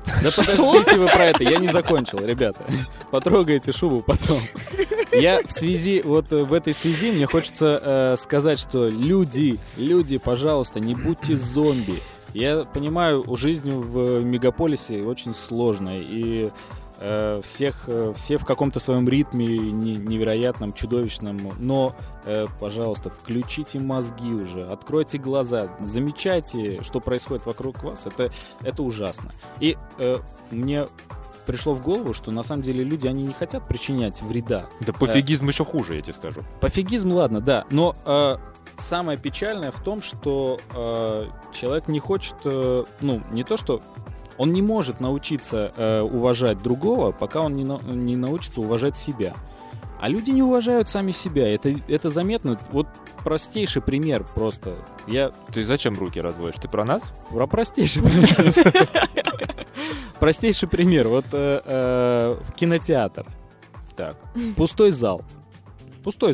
Да подождите вы про это, я не закончил, ребята. Потрогайте шубу потом. Я в этой связи мне хочется сказать, что люди, пожалуйста, не будьте зомби. Я понимаю, жизнь в мегаполисе очень сложная, и все в каком-то своем ритме невероятном, чудовищном, но, пожалуйста, включите мозги уже, откройте глаза, замечайте, что происходит вокруг вас, это ужасно. И мне пришло в голову, что на самом деле люди, они не хотят причинять вреда. Да пофигизм еще хуже, я тебе скажу. Пофигизм, ладно, да, но самое печальное в том, что человек не хочет, не то что... Он не может научиться уважать другого, пока он не научится уважать себя. А люди не уважают сами себя. Это заметно. Вот простейший пример просто. Ты зачем руки разводишь? Ты про нас? Про простейший пример. Простейший пример. Вот кинотеатр. Так. Пустой зал. Пустой.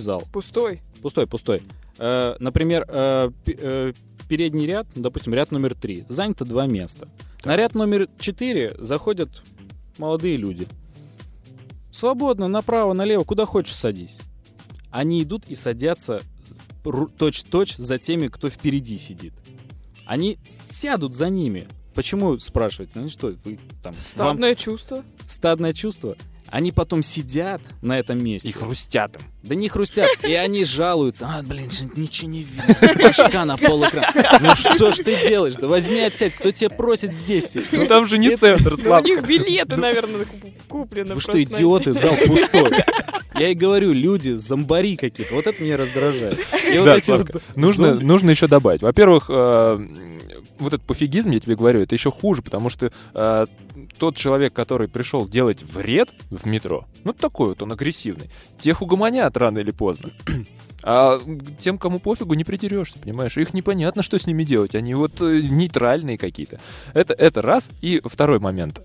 Например, передний ряд, допустим, ряд номер 3, занято 2 места. На ряд номер 4 заходят молодые люди. Свободно, направо, налево, куда хочешь садись. Они идут и садятся точь-в-точь за теми, кто впереди сидит. Они сядут за ними. Почему, спрашиваете? Ну что, вы там... Стадное чувство. Стадное чувство? Они потом сидят на этом месте. И хрустят им. Да не хрустят. И они жалуются. Ничего не видно. Башка на полэкрана. Ну что ж ты делаешь? Да возьми отсядь. Кто тебя просит здесь сесть? Ну там же не центр, У Славка. них билеты, наверное, куплены. Вы что, идиоты? Зал пустой. Я и говорю, люди, зомбари какие-то. Вот это меня раздражает. Да, Славка, нужно еще добавить. Во-первых, вот этот пофигизм, я тебе говорю, это еще хуже, потому что тот человек, который пришел делать вред в метро, такой вот он агрессивный, тех угомонят рано или поздно. А тем, кому пофигу, не придерешься, понимаешь? Их непонятно, что с ними делать. Они вот нейтральные какие-то. Это раз. И второй момент.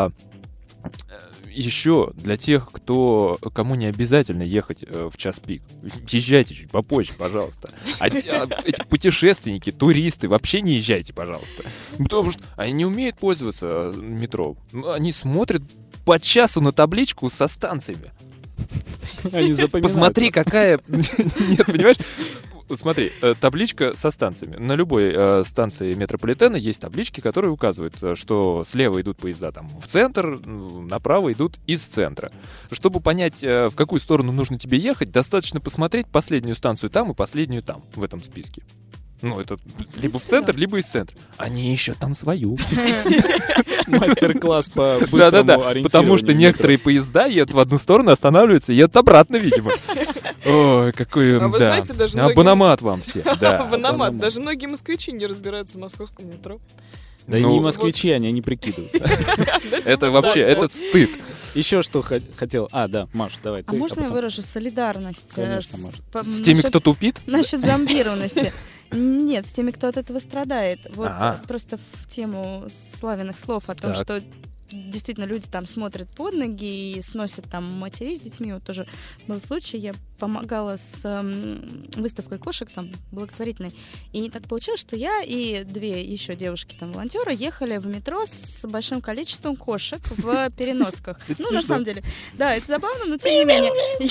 Еще для тех, кому не обязательно ехать в час пик, езжайте чуть попозже, пожалуйста. Эти путешественники, туристы, вообще не езжайте, пожалуйста. Потому что они не умеют пользоваться метро. Они смотрят по часу на табличку со станциями. Они запоминают. Посмотри, какая... Нет, понимаешь? Смотри, табличка со станциями. На любой станции метрополитена есть таблички, которые указывают, что слева идут поезда там в центр, направо идут из центра. Чтобы понять, в какую сторону нужно тебе ехать, достаточно посмотреть последнюю станцию там и последнюю там, в этом списке. Это либо в центр, либо из центра. Они ищут там свою. Мастер-класс по быстрому ориентированию. Потому что некоторые поезда едут в одну сторону, останавливаются и едут обратно, видимо. Ой, какой... А вы знаете, даже многие... Абономат вам все. Абономат. Даже многие москвичи не разбираются в московском метро. Да не москвичи, они прикидываются. Это вообще, это стыд. Еще что хотел... да, Маш, давай ты. А можно я выражу солидарность? Конечно, можно. С теми, кто тупит? Насчет зомбированности. Нет, с теми, кто от этого страдает. Вот просто в тему Славиных слов о том, что действительно люди там смотрят под ноги и сносят там матерей с детьми. Вот тоже был случай, я помогала с выставкой кошек там благотворительной. И так получилось, что я и 2 еще девушки там волонтеры ехали в метро с большим количеством кошек в переносках. На самом деле, да, это забавно, но тем не менее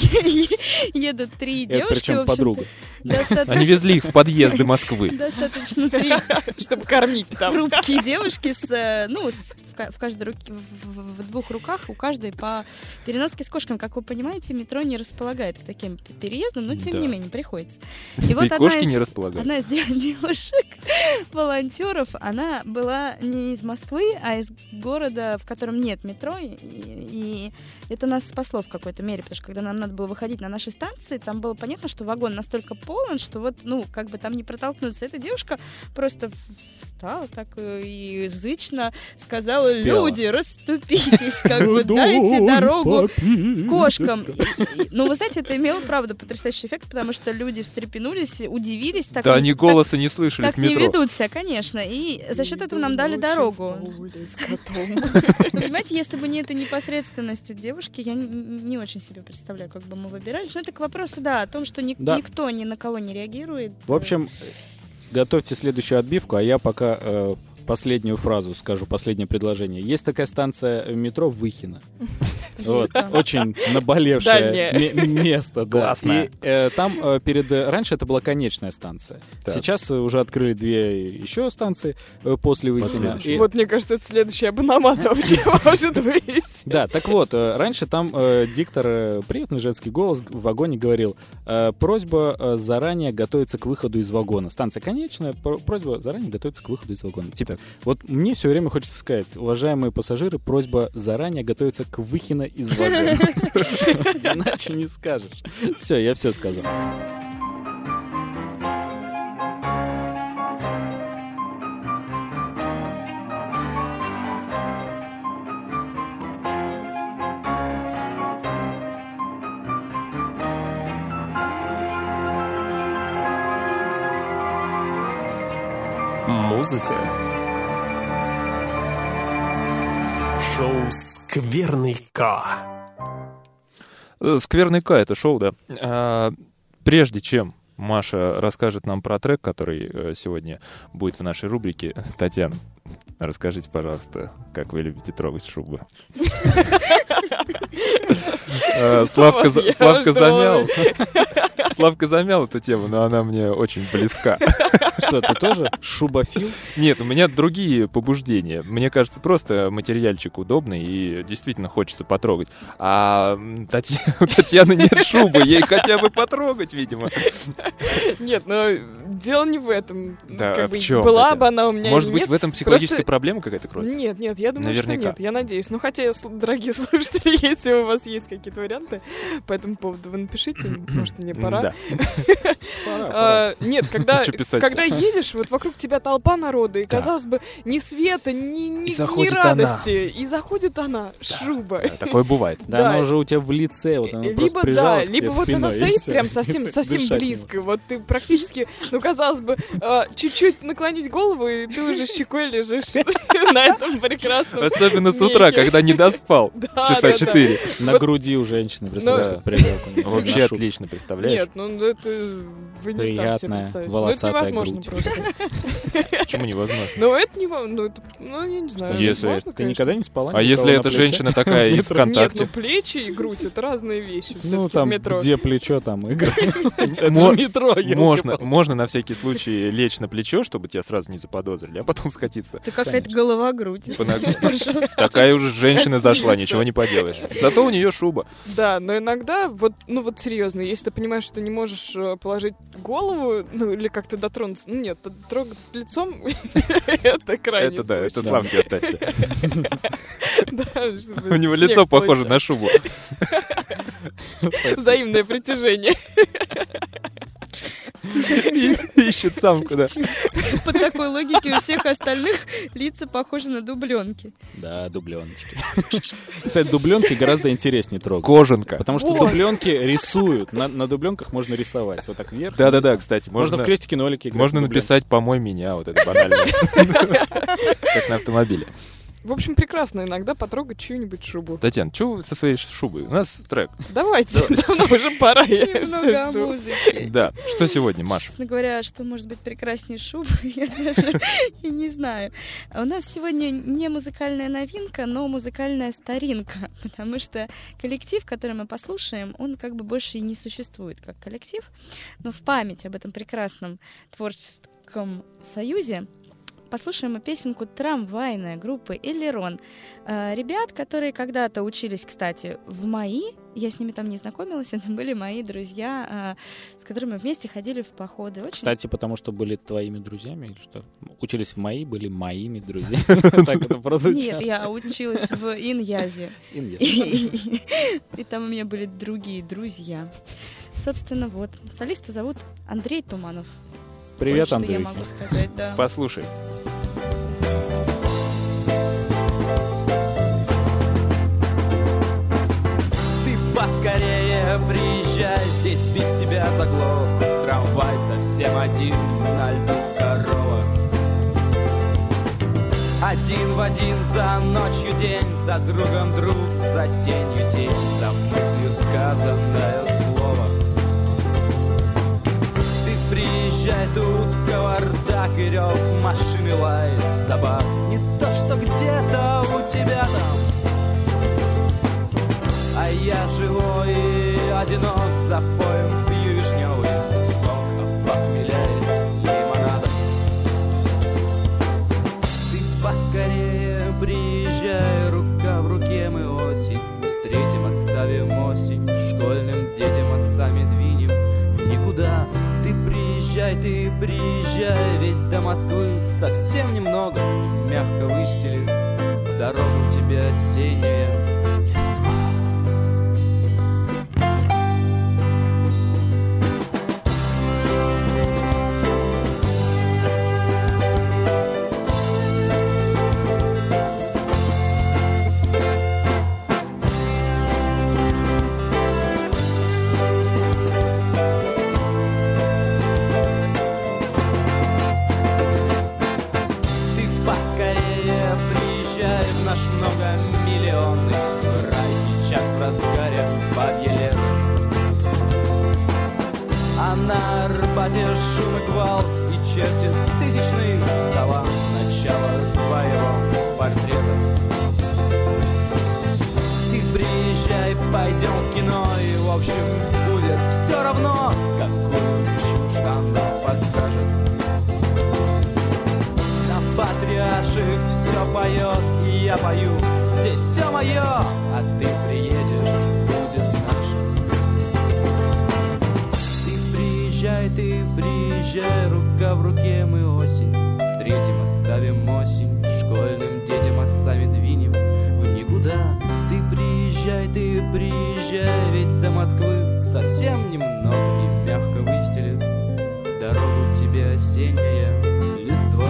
едут 3 девушки. Причем подруга. Они везли их в подъезды Москвы. Достаточно 3, чтобы кормить там. Хрупкие девушки в каждой руке, в 2 руках у каждой по переноске с кошками. Как вы понимаете, метро не располагает к таким переездам, но тем не менее приходится. И вот кошки не располагают. Одна из девушек, волонтеров, она была не из Москвы, а из города, в котором нет метро, и это нас спасло в какой-то мере, потому что когда нам надо было выходить на нашей станции, там было понятно, что вагон настолько полон, что вот, там не протолкнуться. Эта девушка просто встала так и язычно сказала: люди, расступитесь, дайте дорогу кошкам. Вы знаете, это имело, правда, потрясающий эффект, потому что люди встрепенулись, удивились. Да, они голоса не слышали в метро. Так не ведут себя, конечно. И за счет этого нам дали дорогу. Понимаете, если бы не эта непосредственность девушки, я не очень себе представляю, как бы мы выбирались. Но это к вопросу, о том, что никто ни на кого не реагирует. В общем, готовьте следующую отбивку, а я пока последнюю фразу скажу, последнее предложение. Есть такая станция метро Выхино. Очень наболевшее место. Классно. И там раньше это была конечная станция. Сейчас уже открыли 2 еще станции после Выхина. Вот, мне кажется, это следующий абонемент вообще может быть. Да, так вот, раньше там диктор, приятный женский голос в вагоне говорил: просьба заранее готовиться к выходу из вагона. Станция конечная, просьба заранее готовиться к выходу из вагона. Типа, вот мне все время хочется сказать: уважаемые пассажиры, просьба заранее готовиться к выхину из вагона. Иначе не скажешь. Все, я все сказал. Музыка. Шоу «Скверный К». «Скверный К» — это шоу, да. Прежде чем Маша расскажет нам про трек, который сегодня будет в нашей рубрике, Татьяна, расскажите, пожалуйста, как вы любите трогать шубы. Славка замял эту тему, но она мне очень близка. Что, ты тоже шубофил? Нет, у меня другие побуждения. Мне кажется, просто материальчик удобный и действительно хочется потрогать. А у Татьяны нет шубы, ей хотя бы потрогать, видимо. Нет, но дело не в этом. Да, в чем? Была бы она у меня. Может быть, в этом психологическая проблема какая-то кроется? Нет, я думаю, наверняка. что нет, я надеюсь. Ну, хотя, дорогие слушатели, если у вас есть какие-то варианты по этому поводу, вы напишите, может, мне пора. Да. Нет, когда едешь, вот вокруг тебя толпа народа, и, казалось бы, ни света, ни радости. И заходит она, шуба. Такое бывает. Да, она уже у тебя в лице, вот она просто прижалась к тебе спиной. Либо вот она стоит прям совсем близко. Вот ты практически, ну, казалось бы, чуть-чуть наклонить голову, и ты уже щекой лежишь на этом прекрасном месте. Особенно с утра, когда не доспал. Часа 4. На груди у женщины, представляешь, прилёг. Вообще отлично, представляешь? Нет, ну это вы не так себе представите. Волосатая ну, это невозможно грудь. просто. Почему невозможно? Ну это невозможно, я не знаю. Если ты никогда не спала? А если эта женщина такая из ВКонтакте? Нет, ну плечи и грудь — это разные вещи. Ну там, где плечо, там игра. Это же метро. Можно на всякий случай лечь на плечо, чтобы тебя сразу не заподозрили, а потом скатиться. Это какая-то голова-грудь. Такая уже женщина зашла, ничего не поделаешь. Зато у нее шуба. Да, но иногда, вот серьезно, если ты понимаешь, что не можешь положить голову, ну или как-то дотронуться, ну нет, трогать лицом — это крайний случай. Это Славке оставьте. У него лицо похоже на шубу. Взаимное притяжение. Ищет самку, да. По такой логике у всех остальных лица похожи на дубленки. Да, дубленочки. Кстати, дубленки гораздо интереснее трогать. Кожанка. Потому что дубленки рисуют. На дубленках можно рисовать. Вот так вверх. Да, кстати. Можно в крестики-нолики играть. Можно написать «Помой меня», вот это банально. Как на автомобиле. В общем, прекрасно иногда потрогать чью-нибудь шубу. Татьяна, что вы со своей шубой? У нас трек. Давайте, давно уже пора. Немного о музыке. Да, что сегодня, Маша? Честно говоря, что может быть прекраснее шубы, я даже и не знаю. У нас сегодня не музыкальная новинка, но музыкальная старинка, потому что коллектив, который мы послушаем, он как бы больше и не существует как коллектив, но в память об этом прекрасном творческом союзе послушаем мы песенку «Трамвайная» группы «Элерон». Ребят, которые когда-то учились, кстати, в МАИ, я с ними там не знакомилась, это были мои друзья, с которыми вместе ходили в походы. Очень... Кстати, потому что были твоими друзьями или что? Учились в МАИ, были моими друзьями. Так это прозвучало. Нет, я училась в Иньязе. И там у меня были другие друзья. Собственно, вот. Солиста зовут Андрей Туманов. Привет, вот, Андрей. Что я могу сказать, да. Послушай. Ты поскорее приезжай, здесь без тебя заглох. Трамвай совсем один на льду корова. Один в один за ночью день, за другом друг, за тенью тень, за мыслью сказанное слово. Приезжай приезжай, тут кавардак и рев машины, лай собак. Не то, что где-то у тебя там, а я живой и одинок, за поем пью вишневый сок, похмеляюсь лимонадом. Ты поскорее приезжай, рука в руке мы осень встретим, оставим осень школьным детям, а сами двинем в никуда. Ты приезжай, ведь до Москвы совсем немного, мягко выстелит дорогу тебе осенняя. На Арбате шум и гвалт и чертит тысячный талант начала твоего портрета. Ты приезжай, пойдем в кино, и в общем будет все равно, какую чушь там нам покажет. На Патриарших все поет, и я пою, здесь все мое, а ты приедешь, будет наше. Ты приезжай, рука в руке мы осень встретим, оставим осень школьным детям, а сами двинем в никуда. Ты приезжай, ведь до Москвы совсем немного, и мягко выстелит дорогу тебе осенняя листва.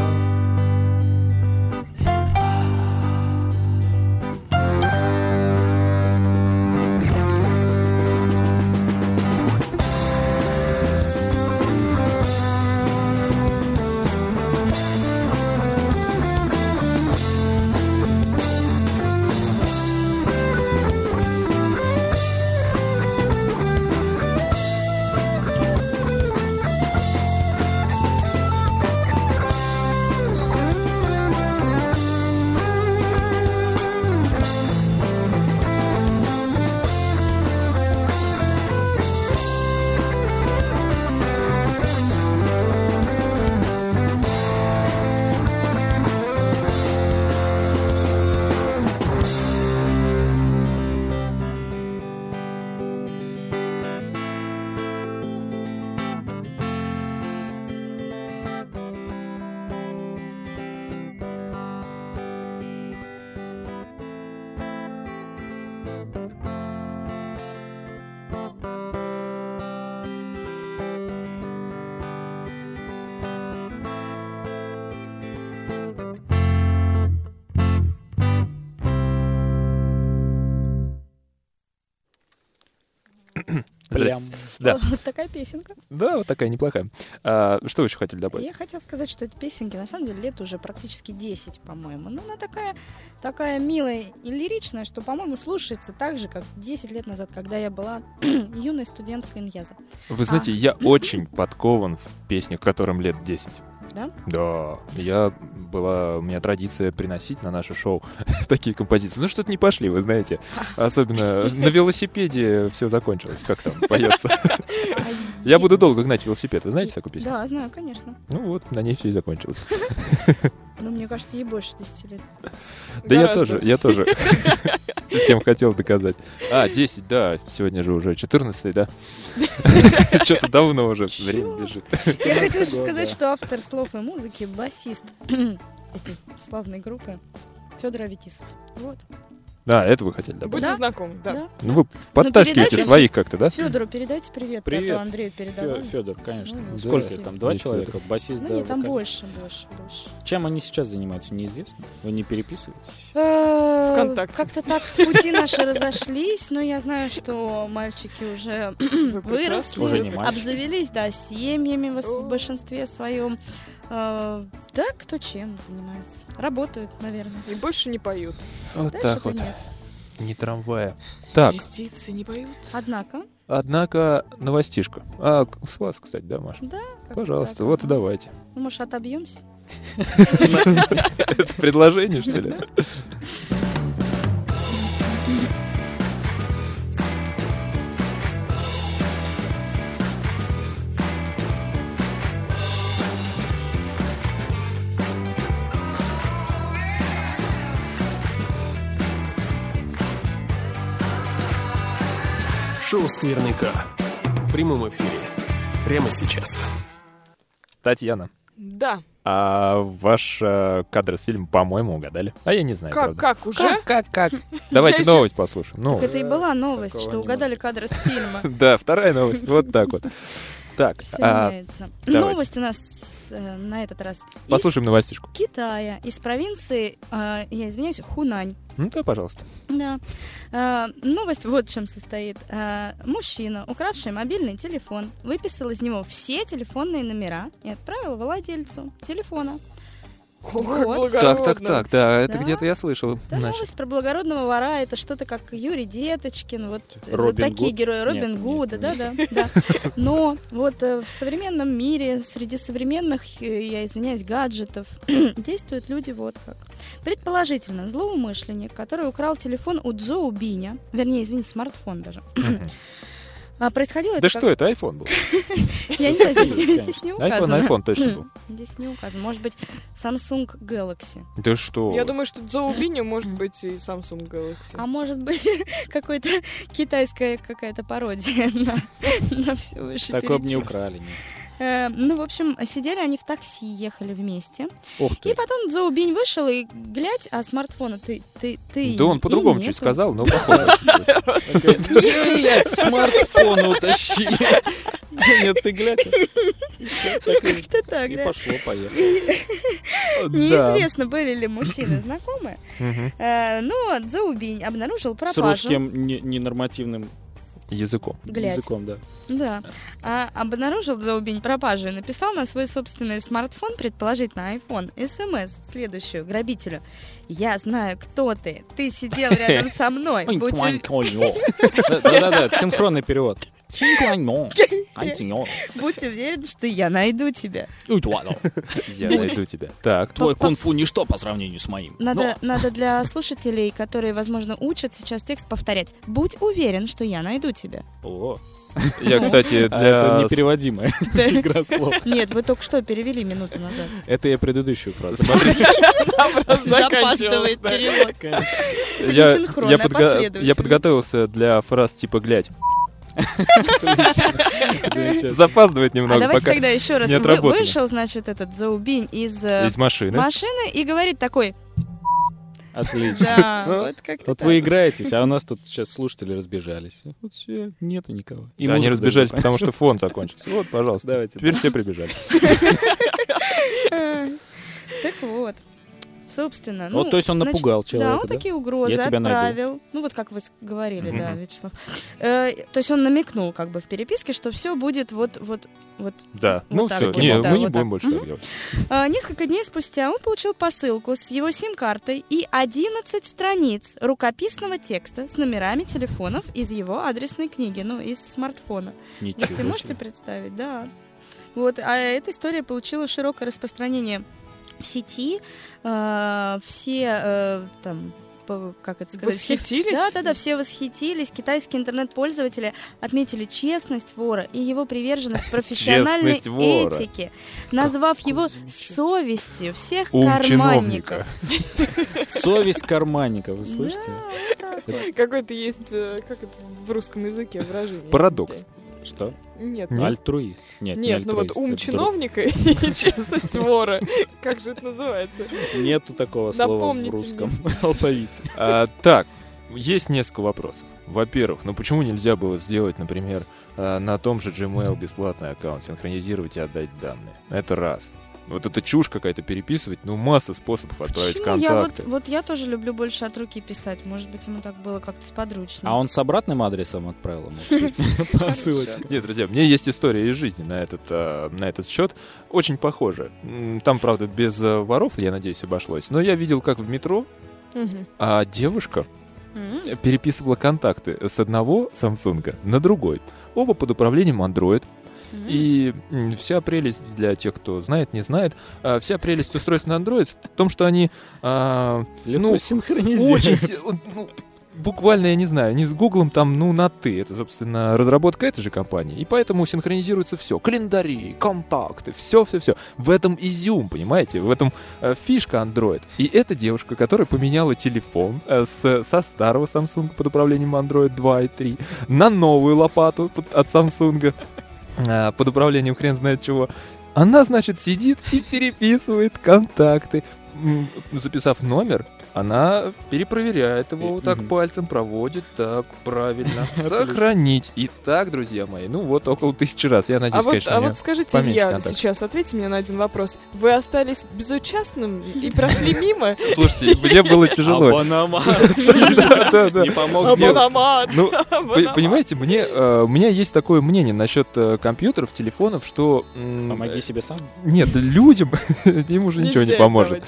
Да. Вот такая песенка. Да, вот такая неплохая. Что еще хотели добавить? Я хотела сказать, что этой песенке на самом деле лет уже практически 10, по-моему. Но она такая милая и лиричная, что, по-моему, слушается так же, как 10 лет назад, когда я была юной студенткой Иньяза. Вы знаете, я очень подкован в песнях, которым лет 10. Да? Да. У меня традиция приносить на наше шоу такие композиции. Ну, что-то не пошли, вы знаете. Особенно на велосипеде все закончилось. Как там поется? Я буду долго гнать велосипед. Вы знаете такую песню? Да, знаю, конечно. Ну вот, на ней все и закончилось. Ну, мне кажется, ей больше 10 лет. Да я тоже всем хотел доказать. 10, да, сегодня же уже 14, да? Что-то давно уже время бежит. Я хотела сказать, что автор слов и музыки, басист этой славной группы Федор Аветисов. Вот. Да, это вы хотели добавить. Будем знакомы, да. Ну вы подтаскиваете своих как-то, да? Федору передайте привет. Привет, а то Андрею передавали. Федор, конечно. Ну, Сколько спасибо. там? 2 И человека? Фёдор. Басист, Ну да, нет, там вокалист. больше. Чем они сейчас занимаются, неизвестно? Вы не переписываетесь? ВКонтакте. Как-то так пути наши разошлись, но я знаю, что мальчики уже выросли, Уже не мальчики. обзавелись, да, семьями в большинстве своем. Да, кто чем занимается. Работают, наверное. И больше не поют. Вот Дальше так то вот. нет. Не трамвая. Так, Здесь птицы не поют. Однако, Однако, новостишка. С вас, кстати, да, Маша? Да. Пожалуйста, вот и давайте. Ну, может, отобьемся? Это предложение, что ли? Шоу «Скверняка» в прямом эфире. Прямо сейчас. Татьяна, Да. ваш кадр с фильма, по-моему, угадали. А я не знаю, правда. Как, уже? Как? Давайте новость послушаем. Так это и была новость, Такого что не угадали кадры с фильма. Да, вторая новость. Вот так вот. Так, Все меняется. давайте. Новость у нас на этот раз послушаем новостишку. из Китая, из провинции, я извиняюсь, Хунань. Ну да, пожалуйста. Да. Новость вот в чем состоит. Мужчина, укравший мобильный телефон, выписал из него все телефонные номера и отправил владельцу телефона. О, как Вот. благородно. Так, да, это Да. где-то я слышал. Да, Значит, новость про благородного вора, это что-то как Юрий Деточкин, вот Робин такие Гуд? герои, Робин Нет, Гуда, нет, да. Но вот в современном мире, среди современных, я извиняюсь, гаджетов, действуют люди вот как. Предположительно, злоумышленник, который украл телефон у Цзоу Биня, вернее, извините, смартфон даже. Происходило да это что это, iPhone был? Я не знаю, здесь не указано. iPhone точно был. Здесь не указано. Может быть, Samsung Galaxy. Да что? Я думаю, что Дзоубини может быть и Samsung Galaxy. А может быть, какой-то китайская какая-то пародия на все выше Такое бы не перечисленное. украли. нет. Ну, в общем, сидели они в такси, ехали вместе. Ух И ты. потом Цзоу Бинь вышел и, глядь, а смартфона ты Да он по-другому чуть сказал, но похоже. Блять, смартфон утащили. Нет, ты глядь. Как-то так, И да. пошло-поехало. Неизвестно, были ли мужчины знакомы, но Цзоу Бинь обнаружил С пропажу. русским ненормативным Языком. Глядь. языком, да. Да. Обнаружил Цзоу Бинь пропажу и написал на свой собственный смартфон, предположительно iPhone, СМС следующую грабителю. «Я знаю, кто ты. Ты сидел рядом со мной. Будь Да-да-да, синхронный перевод. будь уверен, что я найду тебя». Я найду тебя. Так. Твой кунг-фу ничто по сравнению с моим. Надо для слушателей, которые, возможно, учат сейчас текст, повторять. «Будь уверен, что я найду тебя». О, Я, кстати, это для... непереводимая игра слов. Нет, вы только что перевели минуту назад. Это я предыдущую фразу. Запаздывает перевод. Я Несинхронная последовательность. подготовился для фраз типа «глядь». Замечательно. Запаздывает А немного, давайте пока тогда еще раз. не отработано. Вышел, значит, этот Цзоу Бинь из из машины. машины и говорит такой: Отлично. да, Ну, вот как-то Вот так. вы играетесь, а у нас тут сейчас слушатели разбежались. Вот все, нету никого. И Да, они музыка разбежались, даже потому что фон закончился. Вот, пожалуйста. Давайте. Теперь все прибежали. Так вот. Собственно, Вот, то есть он напугал да, человека, он да? такие угрозы Я тебя найду. отправил. Ну, вот как вы говорили, да, Мгм. Вячеслав. То есть он намекнул как бы в переписке, что все будет вот. Да. Вот Ну так все, вот, не, да, мы не вот будем так. больше так делать. Несколько дней спустя он получил посылку с его сим-картой и 11 страниц рукописного текста с номерами телефонов из его адресной книги, ну, из смартфона. Вы Ничего себе можете себе. представить? Да. Вот, а эта история получила широкое распространение в сети. Все там, как это сказать? Восхитились? Да, все восхитились. Китайские интернет-пользователи отметили честность вора и его приверженность профессиональной Честность вора. этике, назвав его замечательный. совестью всех Ум карманников. чиновника. Совесть карманника, вы слышите? Да, вот так вот. Какой-то есть, как это в русском языке выражение? Парадокс. Что? Нет, Альтруист. Нет, не Нет, ну вот альтруист, ум это чиновника и честность вора. Как же это называется? Нету такого слова в Напомните русском алфавите. Так, есть несколько вопросов. Во-первых, ну почему нельзя было сделать, например, на том же Gmail бесплатный аккаунт, синхронизировать и отдать данные? Это раз. Вот это чушь какая-то переписывать, ну масса способов отправить Почему? Я контакты. я тоже люблю больше от руки писать. Может быть, ему так было как-то сподручнее. А он с обратным адресом отправил ему посылочку? Нет, друзья, мне есть история из жизни на этот счет. Очень похоже. Там, правда, без воров, я надеюсь, обошлось. Но я видел, как в метро Мгм. девушка переписывала контакты с одного Samsung на другой. Оба под управлением Android. И вся прелесть для тех, кто знает, не знает, вся прелесть устройств на Android в том, что они легко синхронизируются. Буквально, я не знаю, не с Гуглом там, на «ты». Это, собственно, разработка этой же компании. И поэтому синхронизируется все. Календари, контакты, все-все-все. В этом изюм, понимаете? В этом фишка Android. И эта девушка, которая поменяла телефон со старого Samsung под управлением Android 2 и 3 на новую лопату от Samsung под управлением хрен знает чего, она, значит, сидит и переписывает контакты. Записав номер, она перепроверяет его вот так пальцем, проводит так, правильно, сохранить. И так, друзья мои, около 1000 раз. Я надеюсь, конечно, вот скажите, Илья, сейчас ответьте мне на один вопрос. Вы остались безучастным и прошли мимо? Слушайте, мне было тяжело. Абономат. Не помог делать. Понимаете, у меня есть такое мнение насчет компьютеров, телефонов, что... Помоги себе сам? Нет, людям им уже ничего не поможет.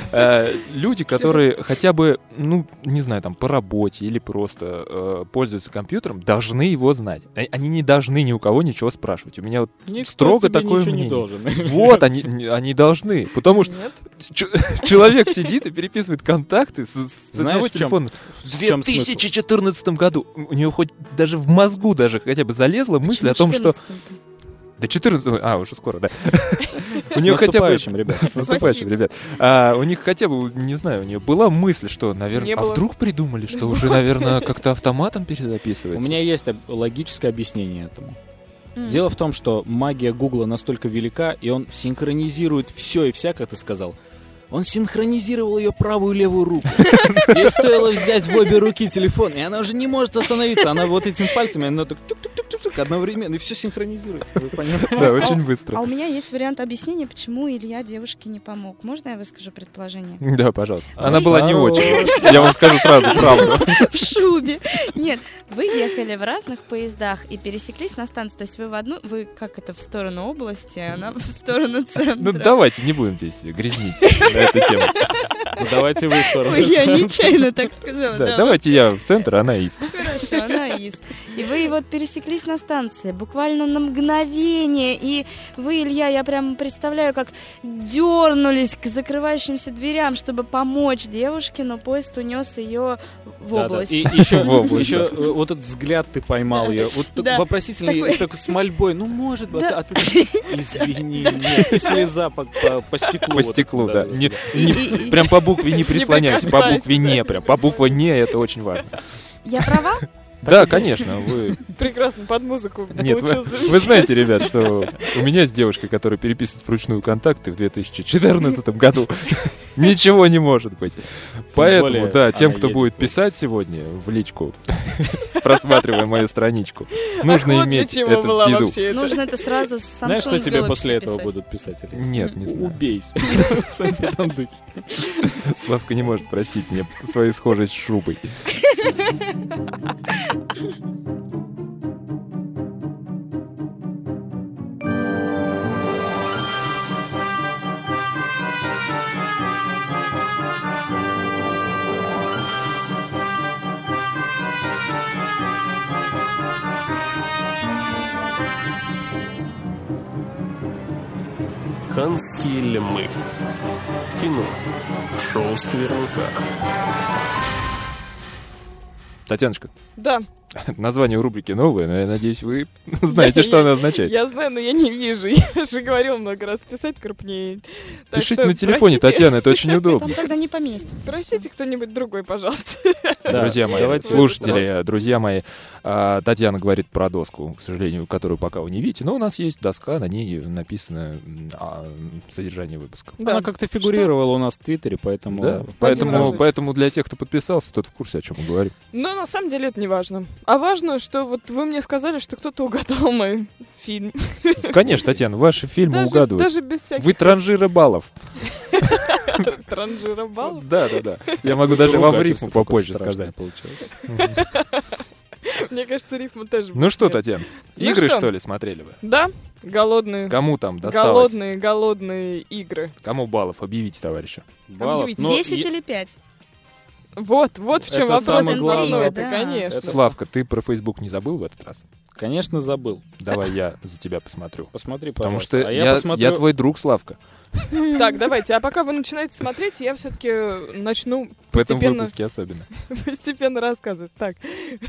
Люди, которые хотя бы, не знаю, там, по работе или просто пользуются компьютером, должны его знать. Они не должны ни у кого ничего спрашивать. У меня вот строго такое мнение. Вот, они должны. Потому что человек сидит и переписывает контакты с одного телефона. В 2014 году у него хоть даже в мозгу даже хотя бы залезла мысль о том, что... Да 14... уже скоро, да. С наступающим, ребят. С наступающим, ребят. У них хотя бы, не знаю, у нее была мысль, что, наверное... А вдруг придумали, что уже, наверное, как-то автоматом перезаписывается? У меня есть логическое объяснение этому. Дело в том, что магия Гугла настолько велика, и он синхронизирует все и вся, как ты сказал. Он синхронизировал ее правую и левую руку. Ей стоило взять в обе руки телефон, и она уже не может остановиться. Она вот этими пальцами, она так чук-чук-чук одновременно, и все синхронизируется. Вы понимаете? Да, очень быстро. А у меня есть вариант объяснения, почему Илья девушке не помог. Можно я выскажу предположение? Да, пожалуйста. Она была не очень. Я вам скажу сразу правду. В шубе. Нет, вы ехали в разных поездах и пересеклись на станции. То есть вы в сторону области, а она в сторону центра. Давайте, не будем здесь грязнить на эту тему. Давайте вы в сторону. Я нечаянно так сказала. Давайте я в центр, она из. Хорошо, она из. И вы пересеклись на станции буквально на мгновение. И вы, Илья, я прямо представляю, как дернулись к закрывающимся дверям, чтобы помочь девушке, но поезд унес ее в область. И еще вот этот взгляд ты поймал ее. Вот вопросительный, такой с мольбой. Может быть, а ты... Извини, нет, и слеза по стеклу. По стеклу, да. Прям по букве не прислоняйся, по букве не, прям по букве не, это очень важно. Я права? Да, конечно, вы... Прекрасно, под музыку. Нет, вы знаете, ребят, что у меня с девушкой, которая переписывает вручную контакты в 2014 году, ничего не может быть. Поэтому, да, тем, кто будет писать сегодня в личку, просматривая мою страничку, нужно иметь это в виду. Нужно это сразу с Samsung Знаешь, что тебе Galaxy после этого писать? будут писать? Нет, не знаю. Убейся. Что-нибудь в этом духе. Славка не может простить мне свою схожесть с шубой. Канские льмы. Кино. Шоу Скверника. Татьяночка. Да. Название рубрики новое, но я надеюсь, вы знаете, что она означает. Я знаю, но я не вижу. Я же говорила много раз, писать крупнее. Пишите на телефоне, Татьяна, это очень удобно. Там тогда не поместится. Простите кто-нибудь другой, пожалуйста. Друзья мои, слушатели, друзья мои, Татьяна говорит про доску, к сожалению, которую пока вы не видите, но у нас есть доска, на ней написано содержание выпуска. Она как-то фигурировала у нас в Твиттере, поэтому... Да, поэтому для тех, кто подписался, тот в курсе, о чем мы говорим. Но на самом деле это не важно. А важно, что вот вы мне сказали, что кто-то угадал мой фильм. Конечно, Татьяна, ваши фильмы угадывают. Даже без всяких... Вы транжира баллов. Транжира баллов? Да. Я могу даже вам рифму попозже сказать. Мне кажется, рифма тоже... Ну что, Татьяна, игры, что ли, смотрели вы? Да, голодные. Кому там досталось? Голодные игры. Кому баллов? Объявите, товарища. Баллов? 10 или 5? Вот в чем Это вопрос. самое главное. Это, конечно. Славка, ты про Facebook не забыл в этот раз? Конечно, забыл. Давай я за тебя посмотрю. Посмотри, Потому пожалуйста. что А я посмотрю... твой друг, Славка. Так, давайте. А пока вы начинаете смотреть, я все-таки начну В этом постепенно, выпуске особенно. постепенно рассказывать. Так,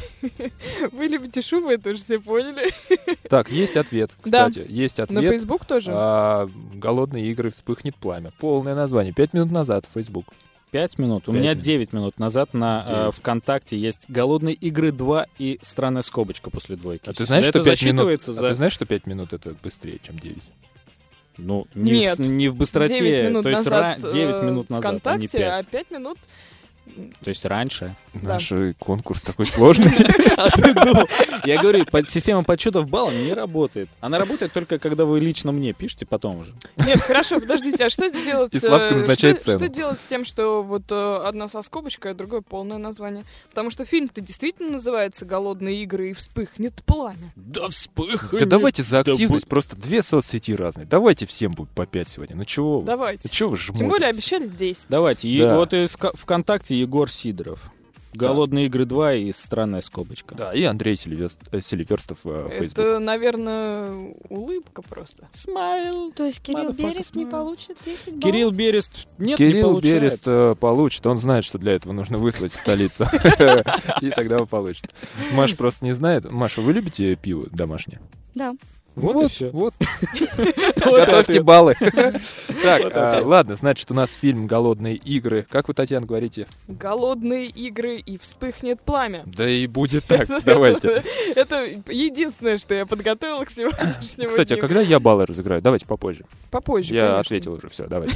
вы любите шубы, это уже все поняли. Так, есть ответ, Да. кстати. Есть На ответ. Facebook тоже? «Голодные игры. Вспыхнет пламя». Полное название. 5 минут назад в Facebook. 5 минут. У 5 меня минут. 9 минут назад на 9. ВКонтакте есть «Голодные игры 2» и странная скобочка после двойки. А ты знаешь, Это что 5 минут, засчитывается за... ты знаешь, что 5 минут это быстрее, чем 9? Ну, Нет. не в быстроте. 9 минут То есть назад 9 минут назад, а не ВКонтакте, 5. а 5 минут... То есть раньше. Да. Наш конкурс такой сложный. А ты думал? Я говорю, система подсчетов баллов не работает. Она работает только, когда вы лично мне пишете потом уже. Нет, хорошо, подождите, а что делать, И Славка назначает цену. что делать с тем, что вот одна со скобочкой, а другое полное название? Потому что фильм-то действительно называется «Голодные игры» и «Вспыхнет пламя». Да вспыхнет. Да давайте за активность, просто 2 соцсети разные. Давайте всем будет по 5 сегодня. Ну чего вы? Давайте. Ну чего вы жмотитесь? Тем более обещали 10. Давайте. Да. Вот из ВКонтакте Егор Сидоров. «Голодные игры 2» и странная скобочка. Да, и Андрей Селиверстов в Facebook. Это, наверное, улыбка просто. Смайл. То есть Кирилл Motherfucker Берест не smile. получит 10 баллов? Кирилл Берест нет, не Кирилл получает. Берест получит, он знает, что для этого нужно выслать в столицу. И тогда он получит. Маша просто не знает. Маша, вы любите пиво домашнее? Да. Вот и все. Вот. Готовьте баллы. Так, ладно, значит, у нас фильм «Голодные игры». Как вы, Татьяна, говорите? «Голодные игры» и «Вспыхнет пламя». Да и будет так, давайте. Это единственное, что я подготовила к сегодняшнему Кстати, а дню. когда я баллы разыграю? Давайте попозже. Попозже, Я конечно. ответил уже, все, давайте.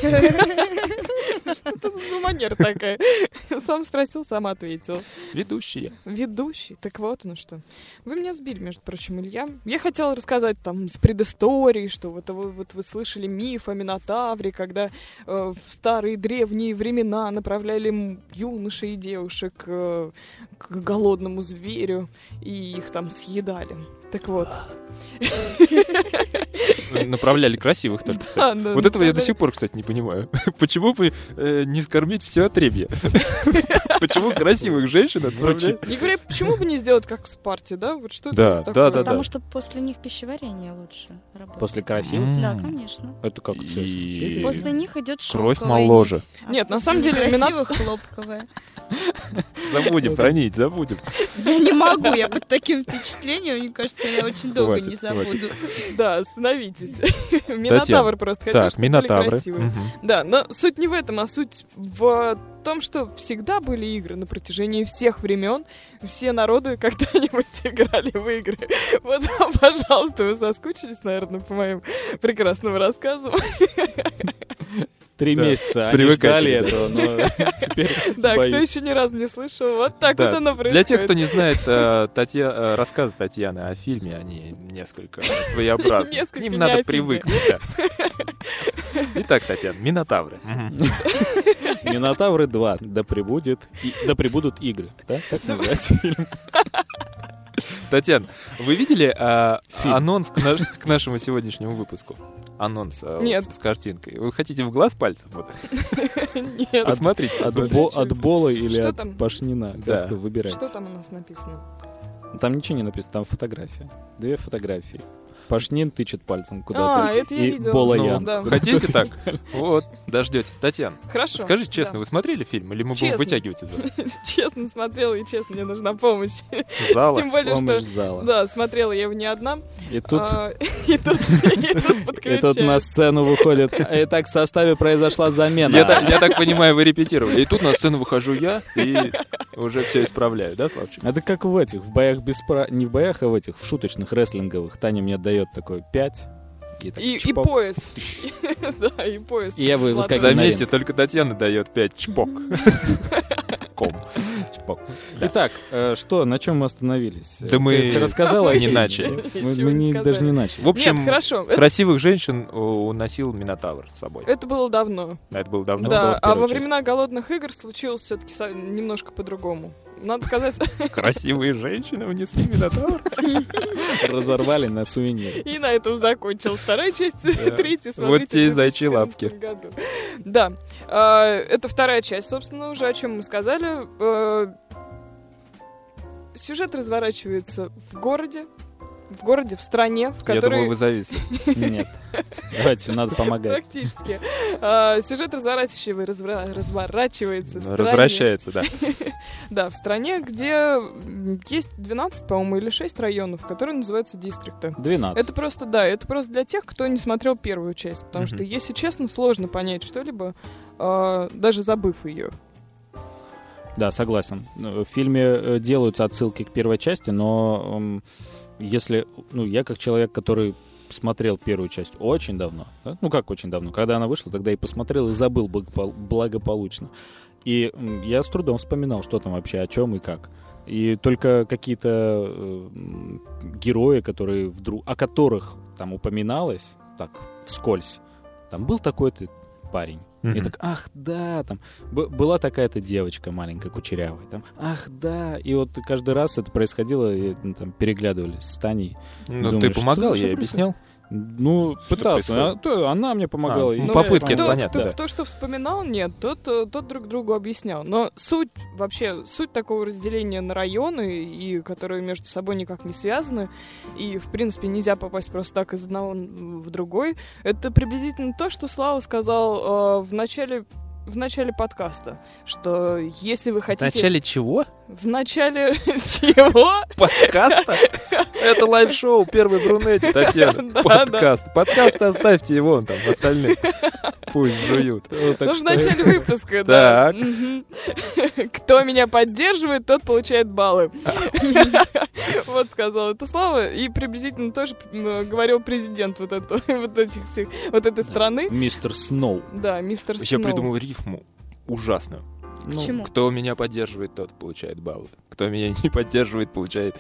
Что это за манера такая? Сам спросил, сам ответил. Ведущие. Ведущий? Так вот, ну что. Вы меня сбили, между прочим, Илья. Я хотела рассказать там с предысторией, что вот вы слышали миф о Минотавре, когда в старые древние времена направляли юношей и девушек к голодному зверю и их там съедали. Так вот. Направляли красивых только, кстати. Да, Вот этого я до направляли. сих пор, кстати, не понимаю. Почему бы не скормить все отребье? Почему красивых женщин отправляют? Не говоря, почему бы не сделать как в Спарте, да? Вот что Да, это такое? да, да. Потому что после них пищеварение лучше работает. После красивых? Да, конечно. Это как И- После них идет Кровь шелковая моложе. нить, а Нет, на после самом деле, красивых хлопковая. Забудем про нить, забудем. Я не могу, я под таким впечатлением, мне кажется, я очень долго Хватит, не забуду. Да, остановитесь. Минотавр просто хотел, Так, чтобы были Минотавры. красивые. Мгм. Да, но суть не в этом, а суть в том, что всегда были игры на протяжении всех времен. Все народы когда-нибудь играли в игры. Вот, пожалуйста, вы соскучились, наверное, по моим прекрасным рассказам. 3 Да, месяца они привыкайте, ждали да. этого, но теперь Да, кто боюсь. еще ни разу не слышал, вот так Да. вот оно происходит. Для тех, кто не знает, рассказы Татьяны о фильме, они несколько своеобразны. К Несколько ним не надо о фильме. привыкнуть. да. Итак, Татьяна, Минотавры. Мгм. «Минотавры 2», да прибудут игры. Да? Так называется фильм. Татьяна, вы видели анонс к нашему сегодняшнему выпуску? Анонс Нет. с картинкой. Вы хотите в глаз пальцем? Вот. Нет. Посмотрите. От посмотрите. Бола или Что от там? Пашнина? Да. Как-то выбирайте. Что там у нас написано? Там ничего не написано, там фотография. 2 фотографии. Пашнин тычет пальцем куда-то. А, это я и видела. Бола Ну, Ян. да. Хотите так? Вот, дождетесь. Татьяна, Хорошо. скажите честно, да. вы смотрели фильм или мы будем Честно. вытягивать из вас? Честно смотрела, и честно, мне нужна помощь. Зала? Тем более, Помощь что... зала. Да, смотрела я его не одна. И тут... И тут И тут подключаю. на сцену выходит. Итак, в составе произошла замена. Я так понимаю, вы репетировали. И тут на сцену выхожу я и уже все исправляю, да, Славчик? Это как в этих, в боях без не в боях, а в этих, в шуточных рестлинговых. Таня мне дает такой 5. так И чпок. пояс. Да, и пояс. И я выскакиваю на Заметьте, ринг. только Татьяна дает 5 чпок. Ком. Чпок. Итак, что, на чем мы остановились? Да мы Ты рассказала? не Кейси? начали. Мы Ничего не даже сказали. не начали. В общем, Нет, хорошо. красивых женщин уносил Минотавр с собой. Это было давно. Это было давно. было Да, в а первую во часть. времена голодных игр случилось все-таки немножко по-другому. Надо сказать, Красивые женщины унесли Минотавр. Разорвали на сувениры. и на этом закончил вторая часть, Да. третья, смотрите. Вот те и в зайчьи 2014 лапки. году. Да. Это вторая часть, собственно, уже о чем мы сказали. Сюжет разворачивается в городе, в стране, в которой... Я думал, вы зависли. Нет. Давайте, надо помогать. Практически. Сюжет разворачивается в стране. Развращается, да. Да, в стране, где есть 12, по-моему, или 6 районов, которые называются дистрикты. 12. Это просто для тех, кто не смотрел первую часть. Потому что, если честно, сложно понять что-либо, даже забыв ее. Да, согласен. В фильме делаются отсылки к первой части, но если... я как человек, который смотрел первую часть очень давно, да? Как очень давно, когда она вышла, тогда и посмотрел, и забыл благополучно. И я с трудом вспоминал, что там вообще, о чем и как. И только какие-то герои, о которых там упоминалось, так, вскользь, там был такой-то парень. И так, ах, да, там была такая-то девочка маленькая, кучерявая, там, ах, да, и вот каждый раз это происходило, и там переглядывались с Таней. Ты помогал, я объяснял. Пытался. Она мне помогала. Попытки, это понятно. Кто что вспоминал, нет, тот друг другу объяснял. Но суть такого разделения на районы, и которые между собой никак не связаны, и, в принципе, нельзя попасть просто так из одного в другой, это приблизительно то, что Слава сказал в начале подкаста, что если вы хотите... В начале чего? В начале чего? Подкаста? Это лайв-шоу «Первый в Рунете», Татьяна. Подкаст. Подкасты оставьте его, там, остальные. Пусть жуют. В начале выпуска, да. Кто меня поддерживает, тот получает баллы. Вот сказал это Слава. И приблизительно тоже говорил президент вот этой страны. Мистер Сноу. Да, мистер Сноу. Я придумал рифму ужасную. Почему? Кто меня поддерживает, тот получает баллы. Кто меня не поддерживает, получает...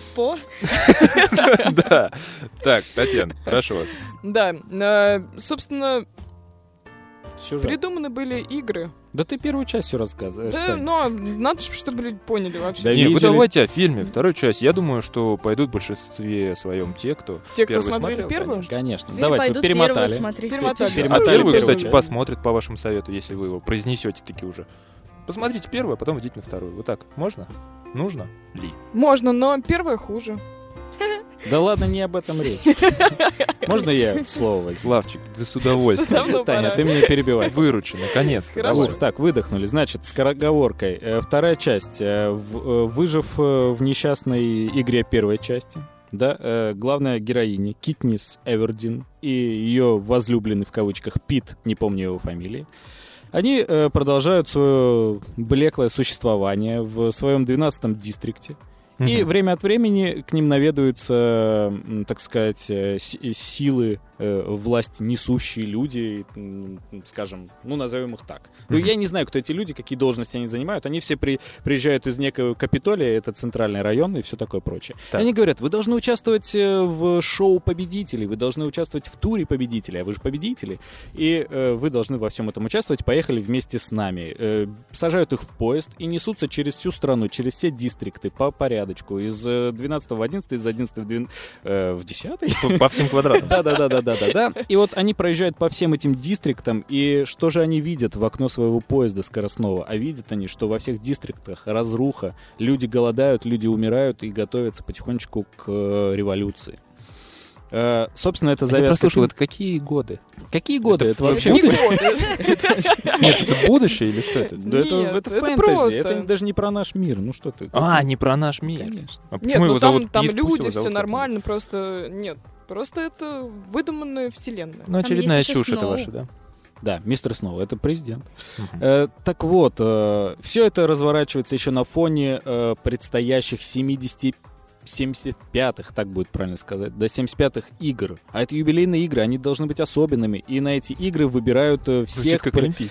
Да. Так, Татьяна, прошу вас. Да, собственно, Сюжет. Придуманы были игры. Да ты первую часть все рассказываешь. Да, но надо, чтобы люди поняли вообще. Да, не, вы давайте о фильме, вторую часть. Я думаю, что пойдут в большинстве своем те, кто смотрели первую? Конечно. Или Давайте, пойдут перемотали. Перемотали. Первую, первую, кстати, посмотрят по вашему совету, если вы его произнесете таки уже. Посмотрите первую, а потом идите на вторую. Вот так. Можно? Нужно ли? Можно, но первая хуже. Да ладно, не об этом речь. Можно я слово возьму? Славчик, ты с удовольствием. Давно Таня, пора. ты меня перебивай. Выручи, наконец-то. Хорошо. Давай. Так, выдохнули. Значит, скороговоркой. Вторая часть. Выжив в несчастной игре первой части, да, главная героиня Китнис Эвердин и ее возлюбленный, в кавычках, Пит, не помню его фамилии, они продолжают свое блеклое существование в своем 12-м дистрикте. И время от времени к ним наведываются, так сказать, силы, власть несущие люди, скажем, назовем их так. Я не знаю, кто эти люди, какие должности они занимают. Они все приезжают из некого Капитолия, это центральный район и все такое прочее. Так. Они говорят, вы должны участвовать в шоу победителей, вы должны участвовать в туре победителей, а вы же победители, и вы должны во всем этом участвовать, поехали вместе с нами. Сажают их в поезд и несутся через всю страну, через все дистрикты по порядку. Из 12 в 11, из 11 в 10. По всем квадратам. Да. И вот они проезжают по всем этим дистриктам, и что же они видят в окно своего поезда скоростного? А видят они, что во всех дистриктах разруха, люди голодают, люди умирают и готовятся потихонечку к революции. Собственно, это завязка. Я прослушал, это какие годы? Какие годы? Это вообще... Не годы. Нет, это будущее или что это? Да это фэнтези, просто. это даже не про наш мир, ну что ты. Не про наш мир. Конечно. А Нет, почему его зовут там Пит? Пусть люди, его все зовут нормально, просто нет. Просто это выдуманная вселенная. Ну, очередная есть еще чушь это Сноу. ваша, да? Да, мистер Сноу, это президент. Так вот, все это разворачивается еще на фоне предстоящих 75-х, так будет правильно сказать, до 75-х игр. А это юбилейные игры, они должны быть особенными. И на эти игры выбирают всех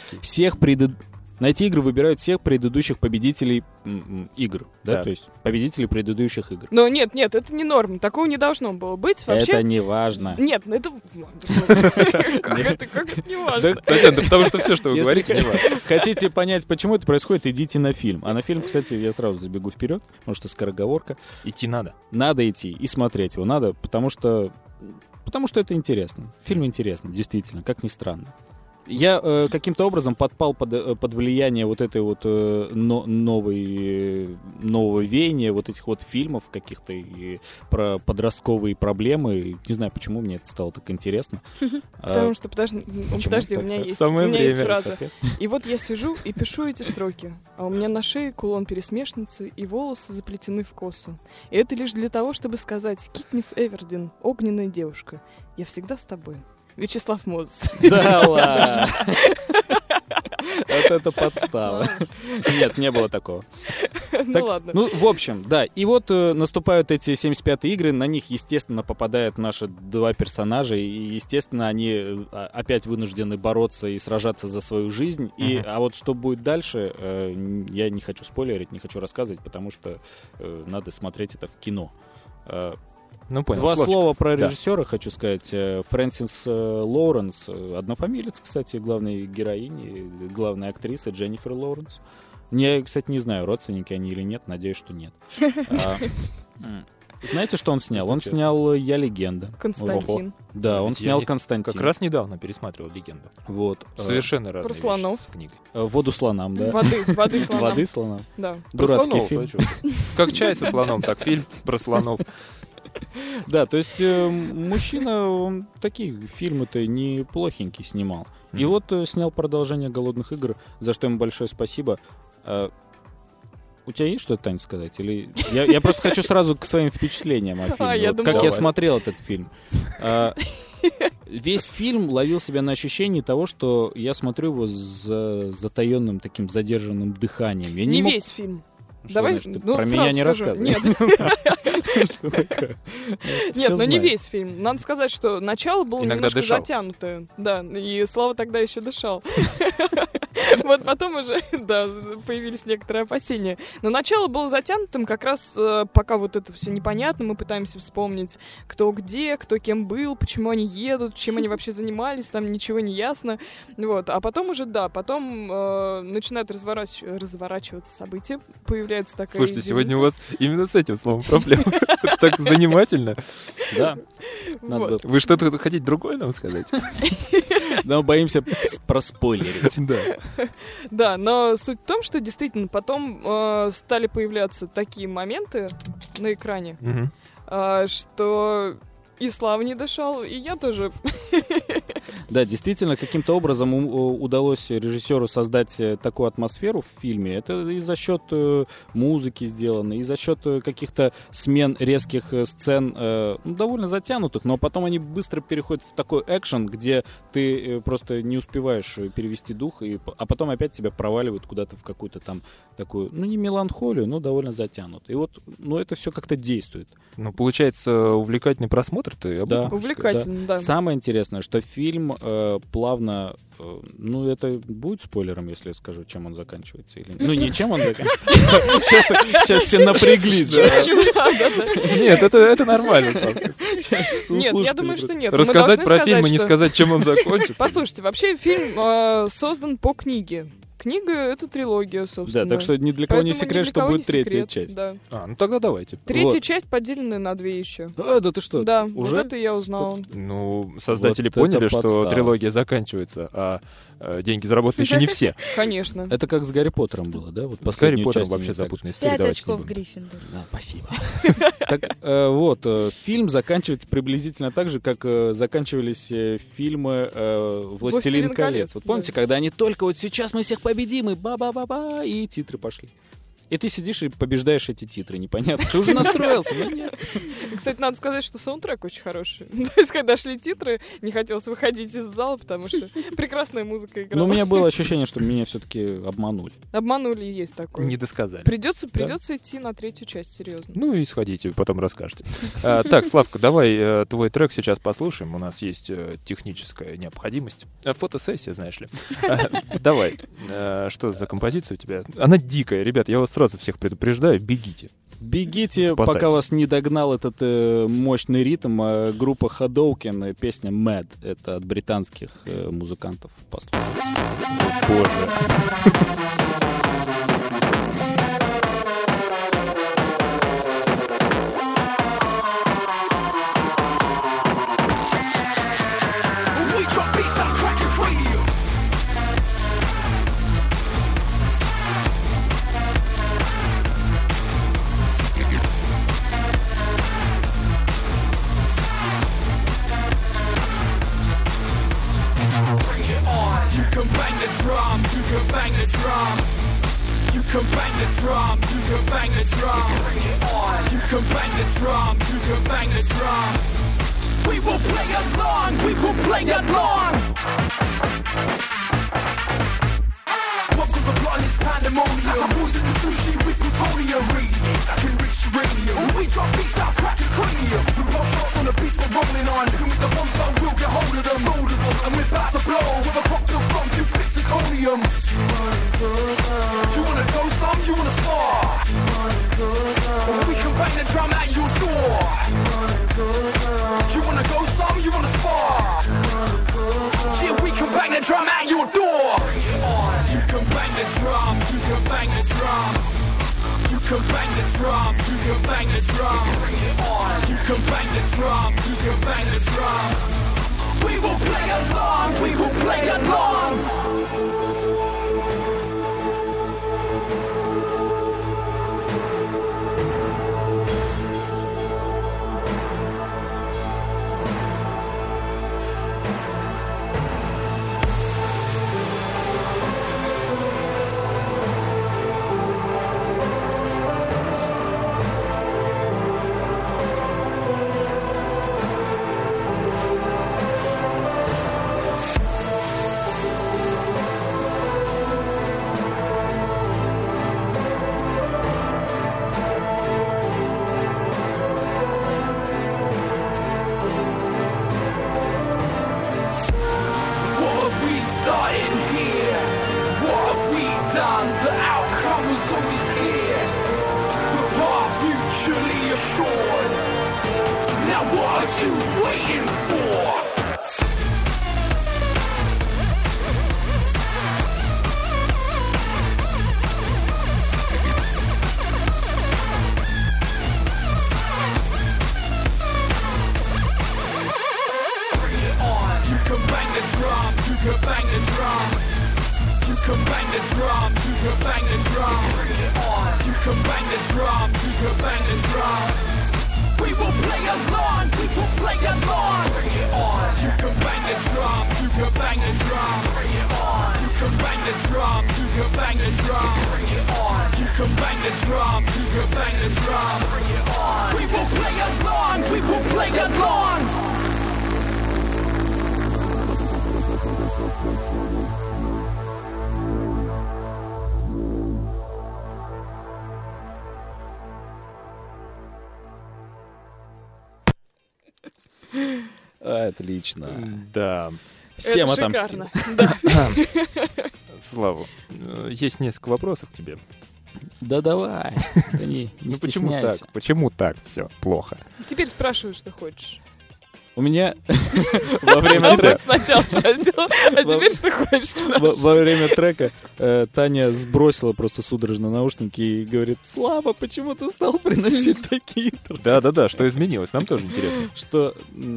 предыдущих победителей игр. Да? То есть победителей предыдущих игр. Но нет, это не норма. Такого не должно было быть. Вообще... Это не важно. Нет, это... Как это не важно? Татьяна, потому что все, что вы Если говорите, не важно. хотите понять, почему это происходит, идите на фильм. А на фильм, кстати, я сразу забегу вперед, потому что скороговорка. Идти надо. Надо идти и смотреть его надо, потому что это интересно. Фильм интересный, действительно, как ни странно. Я каким-то образом подпал под влияние вот этой вот нового веяния, вот этих вот фильмов каких-то про подростковые проблемы. Не знаю, почему мне это стало так интересно. Потому что, подожди, у меня есть фраза. И вот я сижу и пишу эти строки, а у меня на шее кулон пересмешницы и волосы заплетены в косу. И это лишь для того, чтобы сказать: Китнис Эвердин, огненная девушка, я всегда с тобой. Вячеслав Мозес. Да ладно. Вот это подстава. Нет, не было такого. Ну ладно. Ну, в общем, да. И вот наступают эти 75-е игры, на них, естественно, попадают наши два персонажа, и, естественно, они опять вынуждены бороться и сражаться за свою жизнь. А вот что будет дальше, я не хочу спойлерить, не хочу рассказывать, потому что надо смотреть это в кино. Ну, понял. Два слова про режиссера хочу сказать. Фрэнсис Лоуренс, однофамилец, кстати, главной героини, главной актрисы Дженнифер Лоуренс. Я, кстати, не знаю, родственники они или нет, надеюсь, что нет. Знаете, что он снял? Он снял «Я легенда». Константин. Да, он снял «Константин». Как раз недавно пересматривал «Легенду». Вот. Совершенно разные Про слонов. вещи с книгой. «Воду слонам», да? Воды слонам. «Воды слонам». Да. Дурацкий Про фильм. слонов, как чай со слоном, так фильм про слонов. Да, то есть мужчина, он такие фильмы-то неплохенькие снимал. И вот снял продолжение «Голодных игр», за что ему большое спасибо. У тебя есть что-то, Таня, сказать? Или я просто хочу сразу к своим впечатлениям о фильме. Как я смотрел этот фильм. Весь фильм ловил себя на ощущении того, что я смотрю его с затаенным таким задержанным дыханием. Не весь фильм. Давай, про меня не рассказывай. Нет. Что такое? Нет, но не весь фильм. Надо сказать, что начало было немножко дышал. затянутое. Да, и Слава тогда еще дышал. Вот потом уже, да, появились некоторые опасения. Но начало было затянутым как раз, пока вот это все непонятно, мы пытаемся вспомнить, кто где, кто кем был, почему они едут, чем они вообще занимались, там ничего не ясно. Вот. А потом уже, да, потом начинают разворачиваться события, появляется такая... Слушайте, сегодня у вас именно с этим словом проблема. Так занимательно. Да. Вы что-то хотите другое нам сказать? Но боимся проспойлерить. Да. Да, но суть в том, что действительно потом стали появляться такие моменты на экране, что и Слава не дышал, и я тоже. Да, действительно, каким-то образом удалось режиссеру создать такую атмосферу в фильме. Это и за счет музыки сделано, и за счет каких-то смен резких сцен, довольно затянутых, но потом они быстро переходят в такой экшен, где ты просто не успеваешь перевести дух, а потом опять тебя проваливают куда-то в какую-то там такую, ну, не меланхолию, но довольно затянутую. И вот, ну, это все как-то действует. Ну, получается, увлекательный просмотр ты? Да. Увлекательно, да. Самое интересное, что фильм плавно... ну, это будет спойлером, если я скажу, чем он заканчивается? Или... Ну, не чем он заканчивается. Сейчас все напряглись. Нет, это нормально. Нет, я думаю, что нет. Рассказать про фильм и не сказать, чем он закончится. Послушайте, вообще фильм создан по книге. Книга — это трилогия, собственно. Да, так что ни для кого не секрет, что будет третья часть. Да. Ну тогда давайте. Третья часть поделена на 2 еще. Да ты что? Да, уже? вот это я узнал. Ну, создатели Вот поняли, это что подстава. трилогия заканчивается, а деньги заработаны еще не все. Конечно. Это как с Гарри Поттером было, да? Вот С Гарри последнюю Поттером часть вообще они так запутанная же. история. 5 давайте не очков будем. Гриффиндор. Да, спасибо. Так вот, фильм заканчивается приблизительно так же, как заканчивались фильмы «Властелин колец». Вот помните, когда они только вот сейчас мы всех победим, и ба-ба-ба-ба, и титры пошли. И ты сидишь и побеждаешь эти титры, непонятно. Ты уже настроился, но нет. Кстати, надо сказать, что саундтрек очень хороший. То есть, когда шли титры, не хотелось выходить из зала, потому что прекрасная музыка играла. Но у меня было ощущение, что меня все-таки обманули. Обманули, есть такое. Не досказали. Придется идти на 3-ю часть, серьезно. Ну и сходите, потом расскажете. Так, Славка, давай твой трек сейчас послушаем. У нас есть техническая необходимость. Фотосессия, знаешь ли. Давай. Что за композиция у тебя? Она дикая, ребят, я вас сразу всех предупреждаю, бегите. Бегите, Спасайтесь. пока вас не догнал этот мощный ритм. Группа Hadouken, песня Mad. Это от британских музыкантов. Послушайте. Боже. We drop beats like cracking cranium. can bang the drum. You can bang the drum, you can bang the drum. Bring it on. You can bang the drum, you can bang the drum. We will play along, we will play along. What goes on is pandemonium. Poison the sushi with plutonium. Radiate, I can reach uranium. When we drop beats, I'll crack your cranium. We roll shots on the beats we're rolling on. And with the bombs, so we'll get hold of them. And we're about to blow with a cocktail from 2 bits of zirconium. You wanna go some, you wanna spar? Well, we can bang the drum at your door. You wanna go some, you wanna spar? Yeah, we can bang the drum at your door. Bring it on. You can bang the drum, you can bang the drum. You can bang the drum, you can bang the drum. Bring it on. You can bang the drum, you can bang the drum. We will play along, we will play along. Отлично. Да. Всем это отомстим. Да. Слава, есть несколько вопросов к тебе. Да давай. Да не Почему стесняйся. так? Почему так все плохо? Теперь спрашивай, что хочешь. У меня во время трека... Сначала спросил, а теперь что хочешь спрашивать. Во время трека Таня сбросила просто судорожно наушники и говорит: Слава, почему ты стал приносить такие треки? Да-да-да, что изменилось? Нам тоже интересно. Что,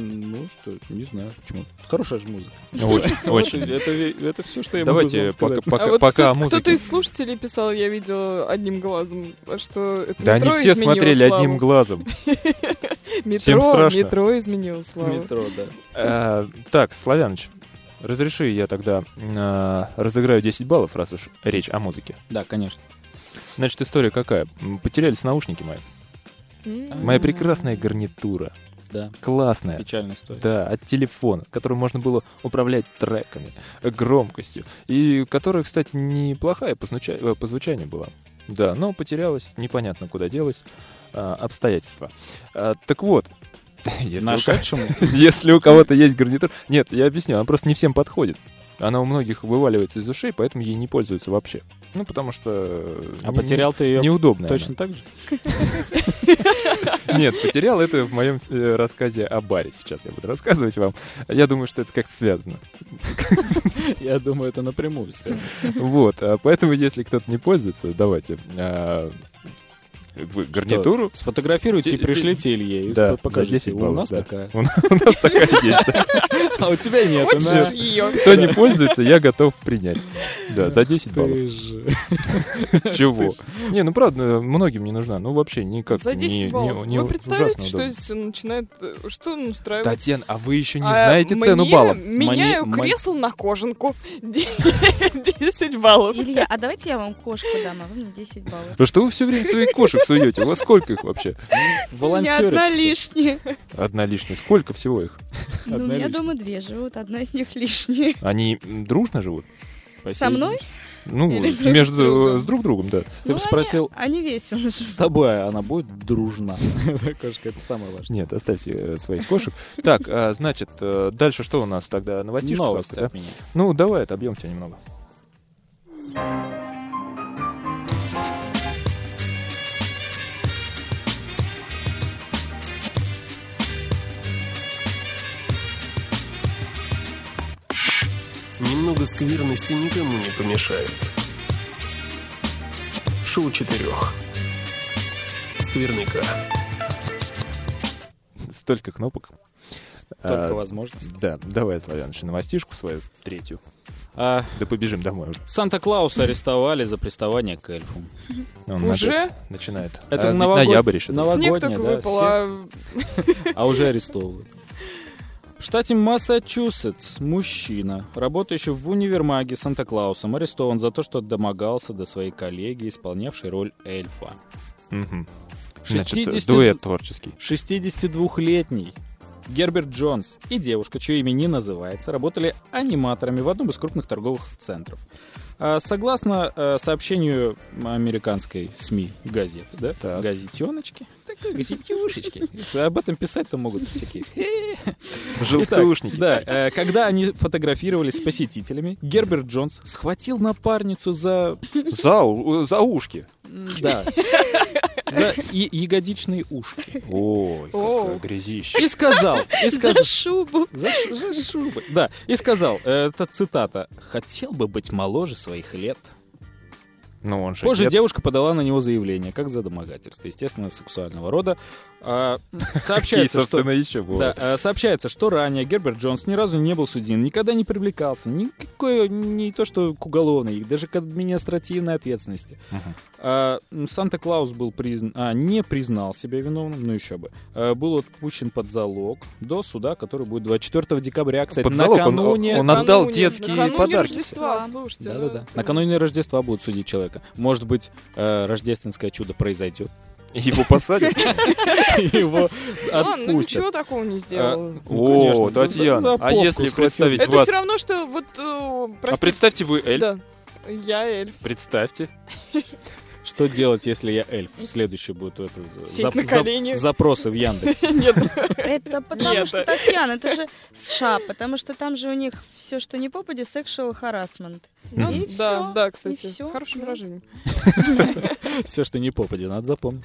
не знаю, почему. Хорошая же музыка. Очень. Это все, что я Давайте, могу сказать. А вот пока кто-то музыка... из слушателей писал, я видел одним глазом, что это Да они метро все изменило смотрели Славу. одним глазом. Всем Метро, страшно. метро изменило Славу. Метро, да. Так, Славяныч, разреши, я тогда разыграю 10 баллов, раз уж речь о музыке. Да, конечно. Значит, история какая? Потерялись наушники мои. Моя прекрасная гарнитура. Да. Классная. Печальная история. Да, от телефона, которым можно было управлять треками, громкостью. И которая, кстати, неплохая по звучанию была. Да, но потерялась, непонятно куда делась. Обстоятельства. Так вот, Нашедшему? если у кого-то есть гарнитура... Нет, я объясню, она просто не всем подходит. Она у многих вываливается из ушей, поэтому ей не пользуются вообще. Ну, потому что... Потерял ты ее неудобно. точно так же? Нет, потерял это в моем рассказе о баре. Сейчас я буду рассказывать вам. Я думаю, что это как-то связано. Я думаю, это напрямую связано. Вот, поэтому, если кто-то не пользуется, давайте... гарнитуру. Что? Сфотографируйте и пришлите Илье. Да, покажите. за 10 баллов, у нас да. такая. У нас такая есть. А у тебя нет. Хочешь ее? Кто не пользуется, я готов принять. Да, за 10 баллов. Чего? Не, ну правда, многим не нужна. Ну вообще никак За 10 баллов. не Вы представляете, что удобно. если начинает... Что устраивает? Татьяна, а вы еще не знаете цену мне баллов? Меняю кресло на кожанку. 10 баллов. Илья, а давайте я вам кошку дам, а вы мне 10 баллов. Да что вы все время своих кошек суете? У вас сколько их вообще? У меня Волонтеры. одна лишняя. Одна лишняя. Сколько всего их? Ну, у Одна меня лишняя. дома 2 живут, одна из них лишняя. Они дружно живут? Со мной? Ну, Или друг с между другом? с друг другом, да. Ты бы спросил, Они весело живут. с тобой она будет дружна? Кошка, это самое важное. Нет, оставьте своих кошек. Так, значит, дальше что у нас тогда? Новостишка? Новости да? от меня. Ну, давай отобьем тебя немного. Немного скверности никому не помешает. Шоу 4. Скверняка. Столько кнопок. Только возможность. Да, давай, Славяныч, новостишку свою, третью. А, Да побежим домой уже. Санта-Клауса арестовали за приставание к эльфу. Он Уже? опять начинает. Это ноябрь еще. да. Снег новогодняя, только да, выпал, а А уже арестовывают. В штате Массачусетс мужчина, работающий в универмаге Санта-Клаусом, арестован за то, что домогался до своей коллеги, исполнявшей роль эльфа. Мгм. Значит, 60 дуэт творческий. 62-летний Герберт Джонс и девушка, чье имя не называется, работали аниматорами в одном из крупных торговых центров. Согласно сообщению американской СМИ газеты, да? Так. Газетеночки, такой газетюшечки. Об этом писать-то могут всякие. Желтушники. Да, когда они фотографировались с посетителями, Герберт Джонс схватил напарницу за... За ушки. Да. За ягодичные ушки. Ой, Оу. какое грязище. И сказал... За шубу. За шубы. Да, и сказал, это цитата, «Хотел бы быть моложе своих лет». Ну, он же Позже дед. девушка подала на него заявление, как за домогательство, естественно, сексуального рода. Какие, Сообщается, что... собственно, еще бывают. Да, сообщается, что ранее Герберт Джонс ни разу не был судим, никогда не привлекался, никакой, не то что к уголовной, даже к административной ответственности. Санта-Клаус был не признал себя виновным, ну еще бы. Был отпущен под залог до суда, который будет 24 декабря. Кстати, Под залог накануне... он отдал накануне- детские накануне подарки. Рождества, слушайте. Да-да-да. Накануне Рождества будут судить человека. Может быть, рождественское чудо произойдет. Его посадят? Его Ладно, ну отпустят. ничего такого не сделал. О, Татьяна, За а попку если схватил. представить Это вас... все равно, что вот... А простите, представьте, вы эльф. Да, я эльф. Представьте. Что делать, если я эльф? Следующий будет это Сесть на колени. запросы в Яндексе. Нет, Это потому Нет. что, Татьяна, это же США, потому что там же у них все, что не попади, sexual harassment. ну, И да, всё, да, и кстати, всё, хорошее да. выражение. Все, что не попади, надо запомнить.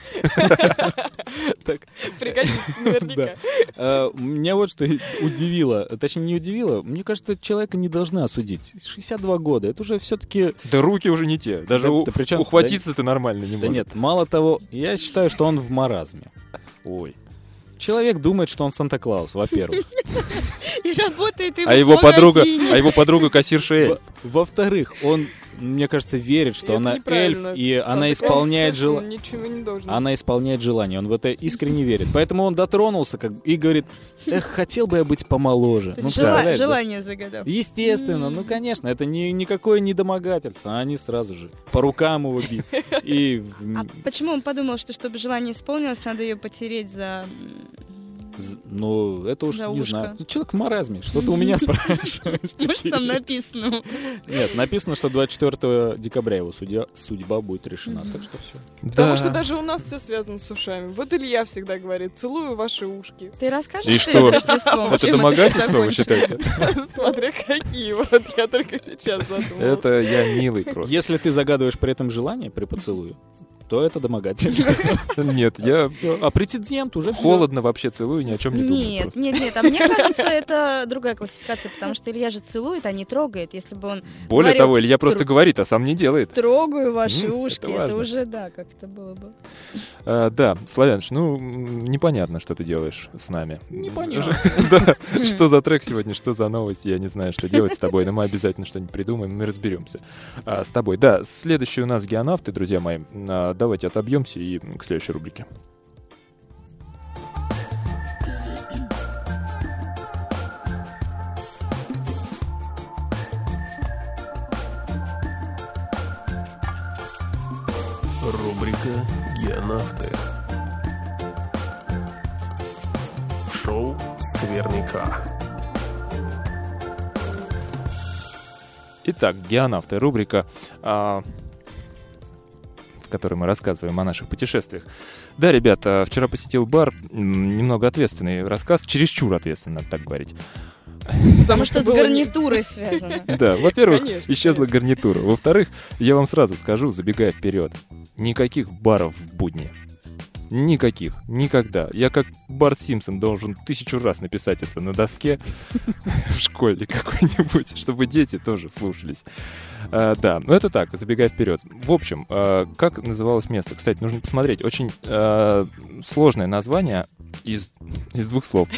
Пригодится наверняка. Меня вот что удивило, точнее не удивило, мне кажется, человека не должны осудить. 62 года, это уже все-таки... Да руки уже не те. Даже Да при чём- ухватиться ты нормально не Да можешь. нет, мало того, я считаю, что он в маразме. Ой. Человек думает, что он Санта-Клаус, во-первых. И работает А его подруга кассирша эльф. Во-вторых, он, мне кажется, верит, что Это она неправильно. эльф, и она Санта-Клаус исполняет совершенно ничего не должен. Она исполняет желание, он в это искренне верит. Поэтому он дотронулся и говорит, хотел бы я быть помоложе. То Ну, есть представляешь, да? желание загадал. Естественно, ну, конечно, это никакое не домогательство, а они сразу же по рукам его бить. И А почему он подумал, что чтобы желание исполнилось, надо ее потереть за... ну, это уж За не ушко. знаю. Ну, человек в маразме, что ты у меня спрашиваешь? Может, там написано? Нет, написано, что 24 декабря его судьба будет решена, так что все. Потому что даже у нас все связано с ушами. Вот Илья всегда говорит, целую ваши ушки. Ты расскажешь И перед что? Рождеством, Это чем домогательство, вы закончится? считаете? Смотря какие, вот я только сейчас задумалась. Это я милый просто. Если ты загадываешь при этом желание при поцелуе, то это домогательство. Нет, я... А прецедент уже холодно вообще целую, ни о чем не думаю. Нет, а мне кажется, это другая классификация, потому что Илья же целует, а не трогает. Если бы он более того, Илья просто говорит, а сам не делает. Трогаю ваши ушки, это уже, да, как это было бы. Да, Славяныч, непонятно, что ты делаешь с нами. Непонятно. Да, что за трек сегодня, что за новости, я не знаю, что делать с тобой, но мы обязательно что-нибудь придумаем, мы разберемся с тобой. Да, следующий у нас геонавты, друзья мои. Давайте отобьемся и к следующей рубрике. Рубрика «Геонавты». Шоу «Скверный К». Итак, геонавты, рубрика, в которой мы рассказываем о наших путешествиях. Да, ребята, вчера посетил бар, немного ответственный рассказ, чересчур ответственный, надо так говорить. Потому что с гарнитурой связано. Да, во-первых, исчезла гарнитура. Во-вторых, я вам сразу скажу, забегая вперед, никаких баров в будни. Никаких. Никогда. Я как Барт Симпсон должен 1000 раз написать это на доске в школе какой-нибудь, чтобы дети тоже слушались. Да, но это так, забегая вперед. В общем, как называлось место? Кстати, нужно посмотреть. Очень сложное название из 2 слов.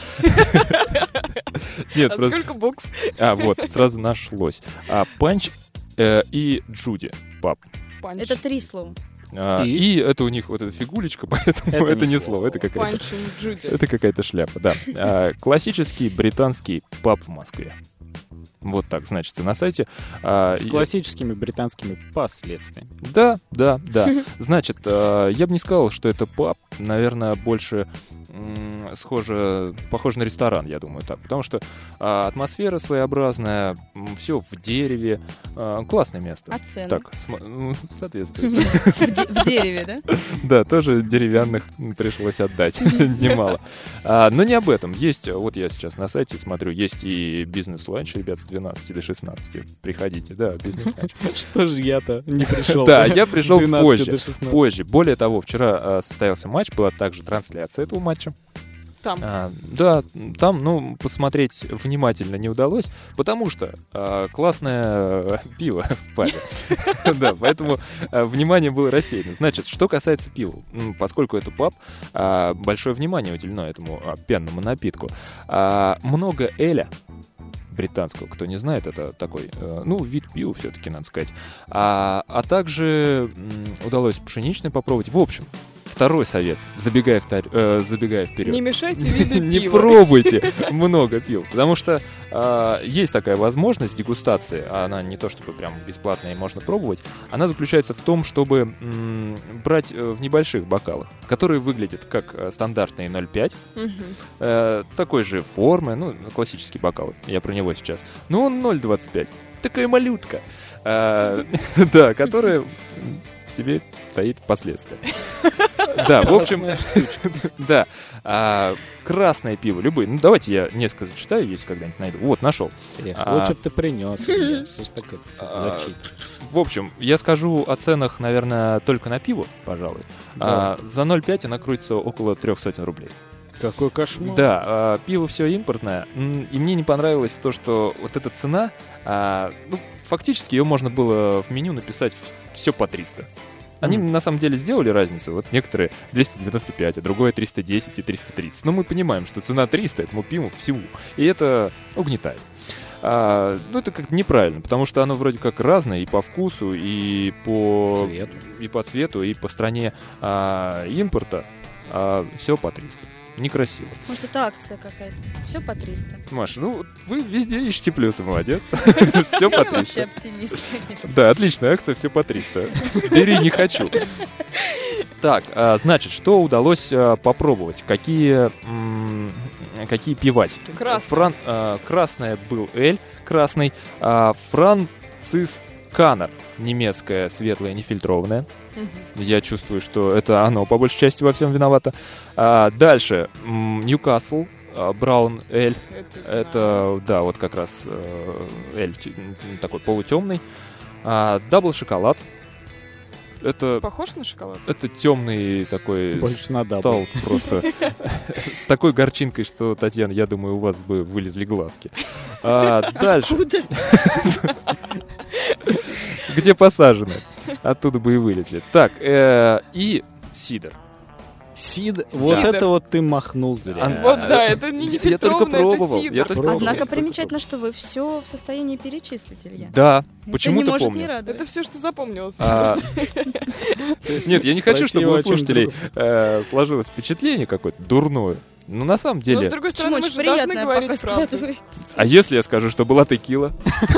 Нет, сколько букв? Вот, сразу нашлось. Панч и Джуди. Пап. Это 3 слова. И это у них вот эта фигулечка, поэтому это не слово, это какая-то шляпа, да. Классический британский паб в Москве. Вот так значится на сайте. С классическими британскими последствиями. Да. Значит, я бы не сказал, что это паб. Наверное, больше похоже на ресторан, я думаю, так. Потому что атмосфера своеобразная, все в дереве. Классное место. А цены? Так, соответствует. В дереве, да? Да, тоже деревянных пришлось отдать немало. Но не об этом. Есть, вот я сейчас на сайте смотрю, есть и бизнес-ланч, ребят, с 12 до 16. Приходите, да, бизнес-ланч. Что ж я-то не пришел? Да, я пришел позже. Более того, вчера состоялся матч, была также трансляция этого матча. Там. Да, там, посмотреть внимательно не удалось, потому что классное пиво в пабе. Да, поэтому внимание было рассеяно. Значит, что касается пива, поскольку это паб, большое внимание уделено этому пенному напитку. Много эля британского, кто не знает, это такой, вид пива все-таки, надо сказать. А также удалось пшеничный попробовать. В общем, второй совет, забегая вперед. Не мешайте виды пива. Не пробуйте много пива, потому что есть такая возможность дегустации, а она не то чтобы прям бесплатная и можно пробовать, она заключается в том, чтобы брать в небольших бокалах, которые выглядят как стандартные 0,5, такой же формы, классический бокал, я про него сейчас, но он 0,25, такая малютка, да, которая в себе стоит впоследствии. Да, в общем, да, красное пиво, любые. Давайте я несколько зачитаю, если когда-нибудь найду. Вот, нашел. Лучше бы ты принес. Что ж такое зачитываешь? В общем, я скажу о ценах, наверное, только на пиво, пожалуй. За 0,5 она крутится около 300 рублей. Какой кошмар. Да, пиво все импортное. И мне не понравилось то, что вот эта цена, фактически ее можно было в меню написать все по 300. Они на самом деле сделали разницу. Вот некоторые 295, а другое 310 и 330. Но мы понимаем, что цена 300 этому пиву всему. И это угнетает. Это как-то неправильно, потому что оно вроде как разное и по вкусу, и по цвету, и по стране импорта. Все по 300. Некрасиво. Может, это акция какая-то. Все по 300. Маша, вы везде ищете плюсы, молодец. Все по 300. Я вообще оптимист, конечно. Да, отличная акция, все по 300. Бери, не хочу. Так, значит, что удалось попробовать? Какие пивасики? Красное был эль, красный. Францисканер, немецкое, светлое, нефильтрованное. Я чувствую, что это оно по большей части во всем виновато. Дальше Ньюкасл, Браун эль. Это, да, вот как раз эль такой полутемный. Дабл шоколад. Это... Похож на шоколад? Это темный такой... Больше надо. Стал просто с такой горчинкой, что, Татьяна, я думаю, у вас бы вылезли глазки. Дальше. Где посажены? Оттуда бы и вылезли. Так, и сидр. Сидр? Вот это вот ты махнул зря. Вот да, это не нефильтрованное, я только пробовал. это сидр. Однако примечательно, что вы все в состоянии перечислить, Илья. Да, Это почему-то не может помню. не радовать. Это все, что запомнилось. Нет, я не хочу, Спроси чтобы его у о чем слушателей сложилось впечатление какое-то дурное. Ну, на самом Но, с деле... другой стороны, мы Очень же должны приятно, говорить пока правду. складывается. А если я скажу, что была текила?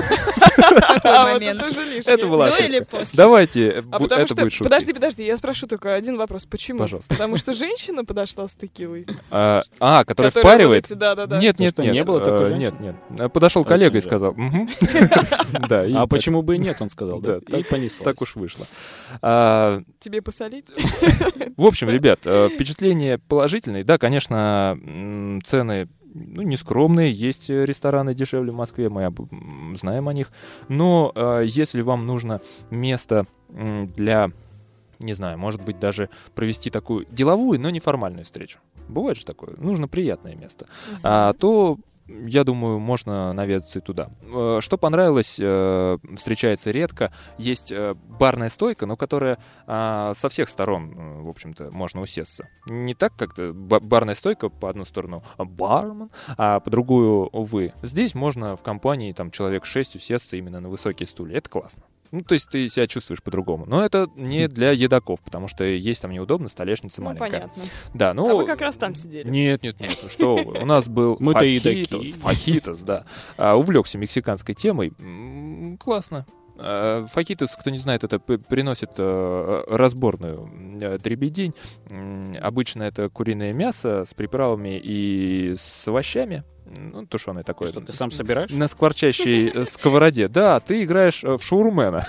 А вот момент. это уже лишнее. Это была До шутка. или после? Давайте, А потому это что... будет шутка. Подожди, я спрошу только один вопрос. Почему? Пожалуйста. Потому что женщина подошла с текилой. Которая Которая впаривает? вот эти, да. Нет, что, не было такой женщины? Нет. Подошел коллега и Очень сказал. Да, и А почему бы и нет, он сказал, да? Да, И понеслась. так уж вышло. Тебе посолить? В общем, ребят, впечатление положительное. Да, конечно, цены нескромные. Есть рестораны дешевле в Москве, мы знаем о них. Но если вам нужно место для, не знаю, может быть, даже провести такую деловую, но неформальную встречу. Бывает же такое. Нужно приятное место. То... Я думаю, можно наведаться и туда. Что понравилось, встречается редко. Есть барная стойка, но которая со всех сторон, в общем-то, можно усесться. Не так, как барная стойка по одну сторону бармен, а по другую, увы. Здесь можно в компании там, человек 6 усесться именно на высокие стулья. Это классно. Ну, то есть ты себя чувствуешь по-другому. Но это не для едоков, потому что есть там неудобно, столешница маленькая. Понятно. Да, А вы ну... как раз там сидели. Нет, что вы. У нас был Мы-то едоки. фахитос, да. Увлекся мексиканской темой. Классно. Фахитос, кто не знает, это приносит разборную дребедень. Обычно это куриное мясо с приправами и с овощами. Ну, тушеное такое. Что, ты сам собираешь? На скворчащей сковороде. Да, ты играешь в шаурмена,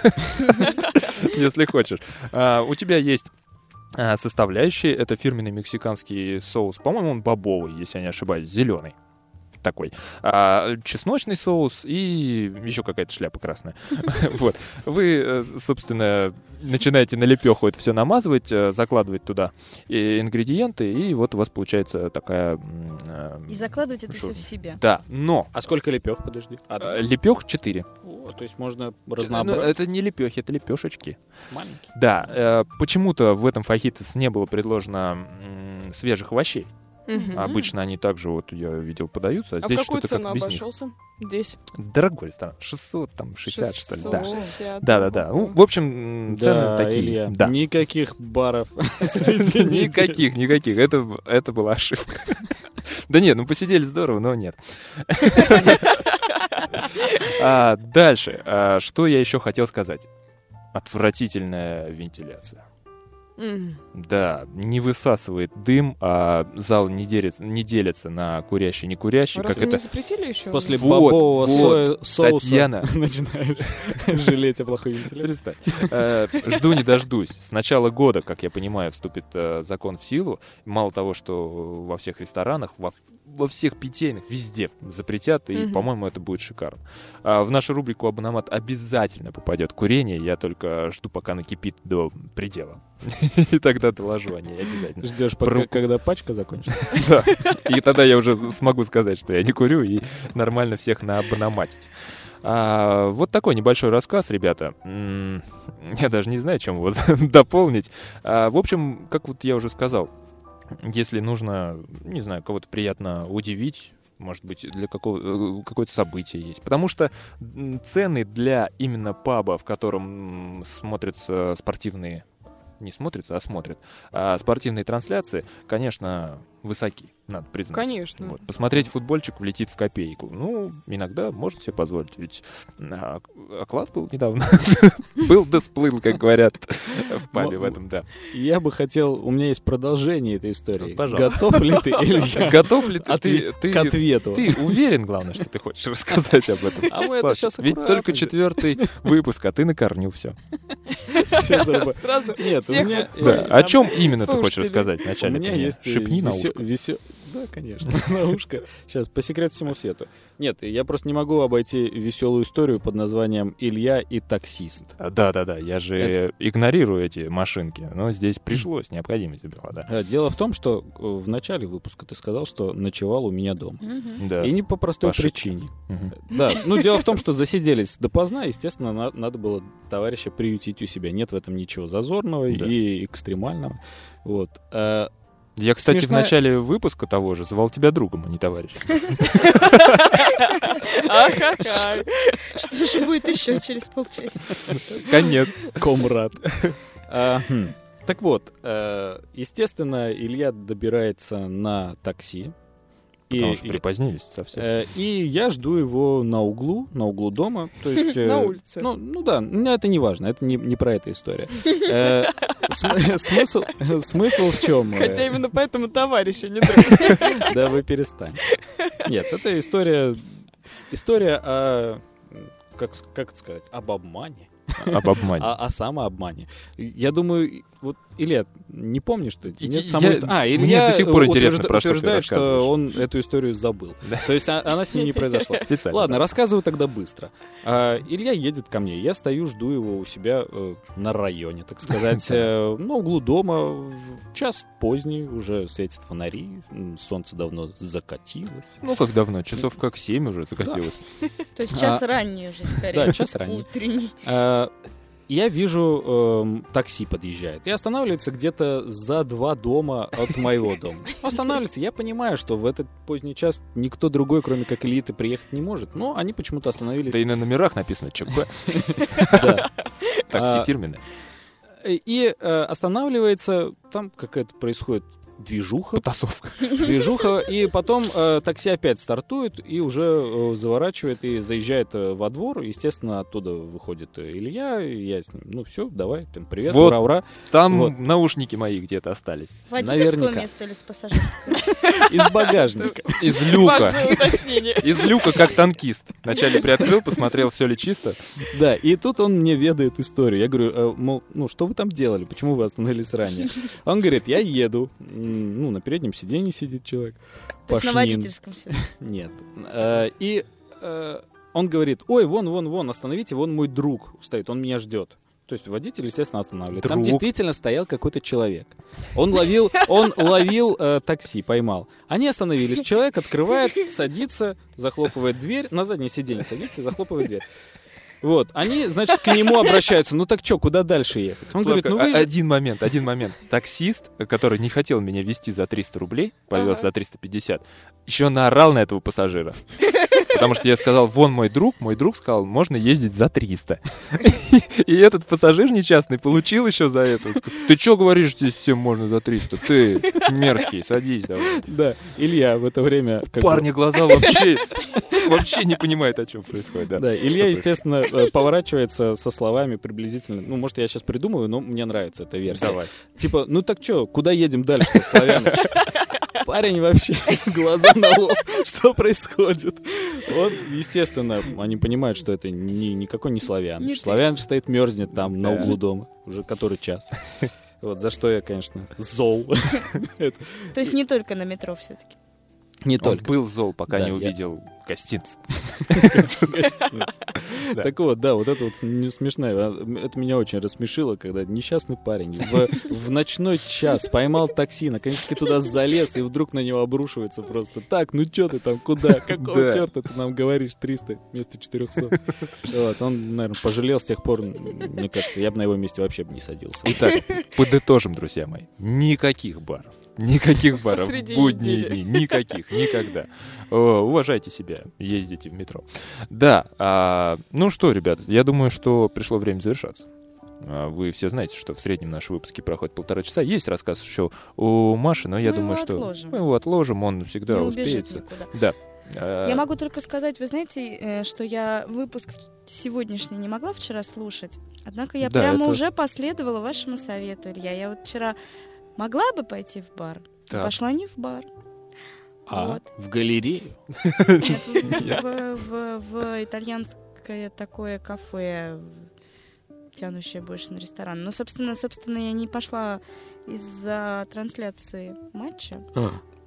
если хочешь. У тебя есть составляющие. Это фирменный мексиканский соус. По-моему, он бобовый, если я не ошибаюсь, зеленый. Такой. Чесночный соус и еще какая-то шляпа красная. Вот. Вы, собственно, начинаете на лепеху это все намазывать, закладывать туда ингредиенты, и вот у вас получается такая... И закладывать это все в себя. Да, но... А сколько лепех, подожди? Лепех 4. О, то есть можно разнообразить. Это не лепехи, это лепешечки. Маленькие. Да, почему-то в этом фахитос не было предложено свежих овощей. Обычно они также, вот я видел, подаются, а здесь в какую что-то цену как без них. обошелся? Здесь? Дорогой ресторан, 660, что ли, да. 660. Да. Ну, в общем, цены Да, такие. Илья, Да. никаких баров среди недели. Никаких. Это была ошибка. Да нет, ну посидели здорово, но нет. Дальше. Что я еще хотел сказать? Отвратительная вентиляция. Да, не высасывает дым, а зал не делится на курящий и не курящий. Разве Как не это... запретили еще? После Вот, бобового соуса Татьяна. начинаешь жалеть о плохой вентиляции. Представь. Жду не дождусь. С начала года, как я понимаю, вступит закон в силу. Мало того, что во всех ресторанах, во всех питейных, везде запретят, и, по-моему, это будет шикарно. В нашу рубрику «Абономат» обязательно попадет курение. Я только жду, пока накипит до предела. И тогда доложу о ней обязательно. Ждешь, когда пачка закончится? Да. И тогда я уже смогу сказать, что я не курю, и нормально всех наабономатить. Вот такой небольшой рассказ, ребята. Я даже не знаю, чем его дополнить. В общем, как вот я уже сказал, если нужно, не знаю, кого-то приятно удивить, может быть, для какое-то событие есть. Потому что цены для именно паба, в котором смотрятся спортивные... Не смотрятся, а смотрят. Спортивные трансляции, конечно, высоки, надо признать. Конечно. Вот. Посмотреть футбольчик влетит в копейку. Ну, иногда можно себе позволить. Ведь оклад был недавно. Был да сплыл, как говорят в пабе в этом, да. Я бы хотел... У меня есть продолжение этой истории. Пожалуйста. Готов ли ты, Илья, Готов ли ты к ответу? Ты уверен, главное, что ты хочешь рассказать об этом? А мы это сейчас Ведь только 4-й выпуск, а ты на корню все. Сразу Нет, у всех меня... Да. О чем именно ты хочешь слушателей. рассказать У вначале? меня Ты мне есть шепни на ушко. Да, конечно, на ушко. Сейчас, по секрету всему свету. Нет, я просто не могу обойти веселую историю под названием «Илья и таксист». Да, я же игнорирую эти машинки, но здесь пришлось, необходимость была, да. Дело в том, что в начале выпуска ты сказал, что ночевал у меня дома. Да. И не по простой причине. Да, дело в том, что засиделись допоздна, естественно, надо было товарища приютить у себя. Нет в этом ничего зазорного и экстремального. Вот. Я, кстати, в начале выпуска того же звал тебя другом, а не товарищем. Что же будет еще через полчаса? Конец. Комрад. Так вот, естественно, Илья добирается на такси. Потому что припозднились совсем. И я жду его на углу дома. То есть, на улице. Ну да, это не важно, это не про эту историю. Смысл в чем? Хотя именно поэтому товарища не друг. Да вы перестань. Нет, это история о, как это сказать, об обмане. Об обмане. О самообмане. Я думаю, вот, Илья, не помнишь ты? Мне до сих пор интересно, про что ты утверждает, рассказываешь. что он эту историю забыл. Да. То есть она с ним не произошла. Специально. Ладно, рассказываю тогда быстро. Илья едет ко мне. Я стою, жду его у себя на районе, так сказать, на углу дома. Час поздний, уже светят фонари, солнце давно закатилось. Ну, как давно? Часов как 7 уже закатилось. То есть час ранний уже, скорее. Да, час ранний. Утренний. Я вижу, такси подъезжает и останавливается где-то за 2 дома от моего дома. Останавливается, я понимаю, что в этот поздний час никто другой, кроме как Ильи, приехать не может, но они почему-то остановились. Да и на номерах написано ЧП. Такси фирменное. И останавливается, там какая-то происходит движуха. Потасовка. И потом такси опять стартует и уже заворачивает и заезжает во двор. Естественно, оттуда выходит Илья, и я с ним, ну все, давай, привет, вот ура. Там вот. Наушники мои где-то остались. С водительского места или с пассажирского? Из багажника. Из люка. Важное уточнение. Из люка, как танкист. Вначале приоткрыл, посмотрел, все ли чисто. Да, и тут он мне ведает историю. Я говорю, мол, что вы там делали? Почему вы остановились ранее? Он говорит, я еду. На переднем сиденье сидит человек. То есть на водительском сидит? Нет. И он говорит, ой, вон, остановите, вон мой друг стоит, он меня ждет. То есть водитель, естественно, останавливает. Там действительно стоял какой-то человек. Он ловил такси, поймал. Они остановились. Человек открывает, садится, захлопывает дверь, на заднее сиденье садится и захлопывает дверь. Вот, они, значит, к нему обращаются. Ну так что, куда дальше ехать? Он говорит, один момент. Таксист, который не хотел меня везти за 300 рублей, повез за 350, еще наорал на этого пассажира. Потому что я сказал, вон мой друг сказал, можно ездить за 300. И этот пассажир несчастный получил еще за это. Ты что говоришь, здесь всем можно за 300? Ты мерзкий, садись давай. Да, Илья в это время... Парни глаза вообще не понимают, о чем происходит. Да, Илья, естественно, поворачивается со словами приблизительно... Ну, может, я сейчас придумаю, но мне нравится эта версия. Давай. Типа, ну так что, куда едем дальше, Славяныч? Парень вообще, глаза на лоб, что происходит? Он, естественно, они понимают, что это никакой не Славяныч. Славяныч стоит, мерзнет там на углу дома, уже который час. Вот, за что я, конечно, зол. То есть не только на метро все-таки? Не Он только. был зол, пока не увидел гостинцы. Так вот, да, вот это вот смешное. Это меня очень рассмешило, когда несчастный парень в ночной час поймал такси, наконец-таки туда залез, и вдруг на него обрушивается просто. Так, ну что ты там, куда? Какого черта ты нам говоришь 300 вместо 400? Вот, он, наверное, пожалел с тех пор, мне кажется, я бы на его месте вообще бы не садился. Итак, подытожим, друзья мои. Никаких баров в будние дни, никогда. Уважайте себя, ездите в метро. Да, ну что, ребят, я думаю, что пришло время завершаться. Вы все знаете, что в среднем наши выпуски проходят 1,5 часа. Есть рассказ еще у Маши, но я думаю, что мы его отложим, он всегда не успеется. Да. Я могу только сказать, вы знаете, что я выпуск сегодняшний не могла вчера слушать, однако я прямо уже последовала вашему совету, Илья. Я вот вчера могла бы пойти в бар, пошла не в бар. Вот. В галерею? Нет, в итальянское такое кафе, тянущее больше на ресторан. Но, собственно, я не пошла из-за трансляции матча.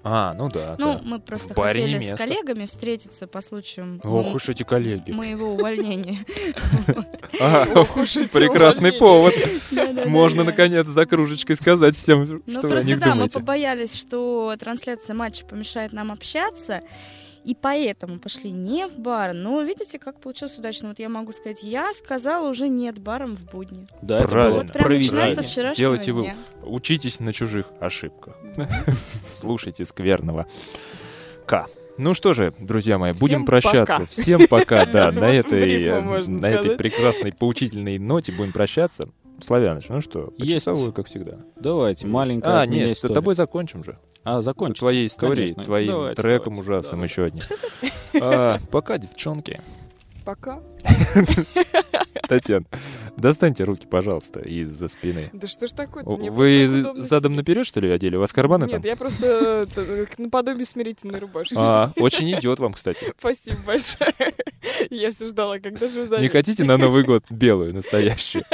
Ну да. Ну, да. мы просто В баре не хотели с место. коллегами встретиться по случаю Ох уж эти коллеги. моего увольнения. Ох уж эти Прекрасный увольнения. повод. Да-да-да. Можно, наконец, за кружечкой сказать всем, Ну, что вы о просто них да, мы думаете. побоялись, что трансляция матча помешает нам общаться, и поэтому пошли не в бар. Но видите, как получилось удачно. Вот я могу сказать, я сказала уже нет барам в будни. Да, это Правильно. было Вот прям начиная со проведение. вчерашнего Делайте вы. дня. Учитесь на чужих ошибках. Слушайте скверного К. Ну что же, друзья мои, будем Всем прощаться. пока. Всем пока, да. Вот На в этой рифму можно на этой сказать. прекрасной поучительной ноте будем прощаться. Славяныч, ну что, Есть. почасовую, как всегда. Давайте, маленькая от меня Нет, с история. тобой закончим же. Закончим. Твоей историей, Конечно. твоим Давайте, треком давайте, ужасным давайте. еще одним. Пока, девчонки. Пока. Татьяна, достаньте руки, пожалуйста, из-за спины. Да что ж такое-то? Мне Вы просто удобно задом сидеть. наперед, что ли, одели? У вас карманы там? Нет, я просто наподобие смирительной рубашки. Очень идет вам, кстати. Спасибо большое. Я все ждала, когда же вы Не заметите. хотите на Новый год белую, настоящую?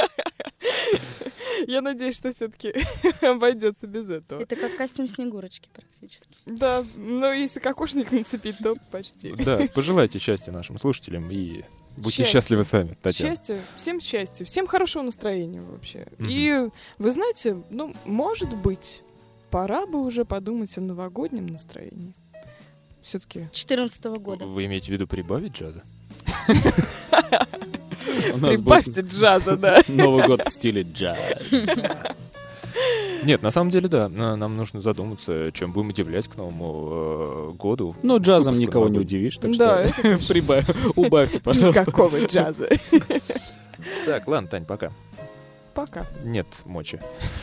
Я надеюсь, что все-таки обойдется без этого. Это как костюм Снегурочки практически. Да, но если кокошник нацепить, то почти. Да, пожелайте счастья нашим слушателям и будьте Счастья. счастливы сами, Татьяна. Счастья, всем хорошего настроения вообще. Мгм. И вы знаете, ну, может быть, пора бы уже подумать о новогоднем настроении. Все-таки 14 года. Вы имеете в виду прибавить джаза? У нас прибавьте джаза, да. будет Новый год в стиле джаз. Нет, на самом деле, да. Нам нужно задуматься, чем будем удивлять к Новому году. Но джазом Выпуск никого не новогодний. удивишь, так Да, что убавьте, пожалуйста. никакого джаза. Так, ладно, Тань, пока. Пока. Нет мочи.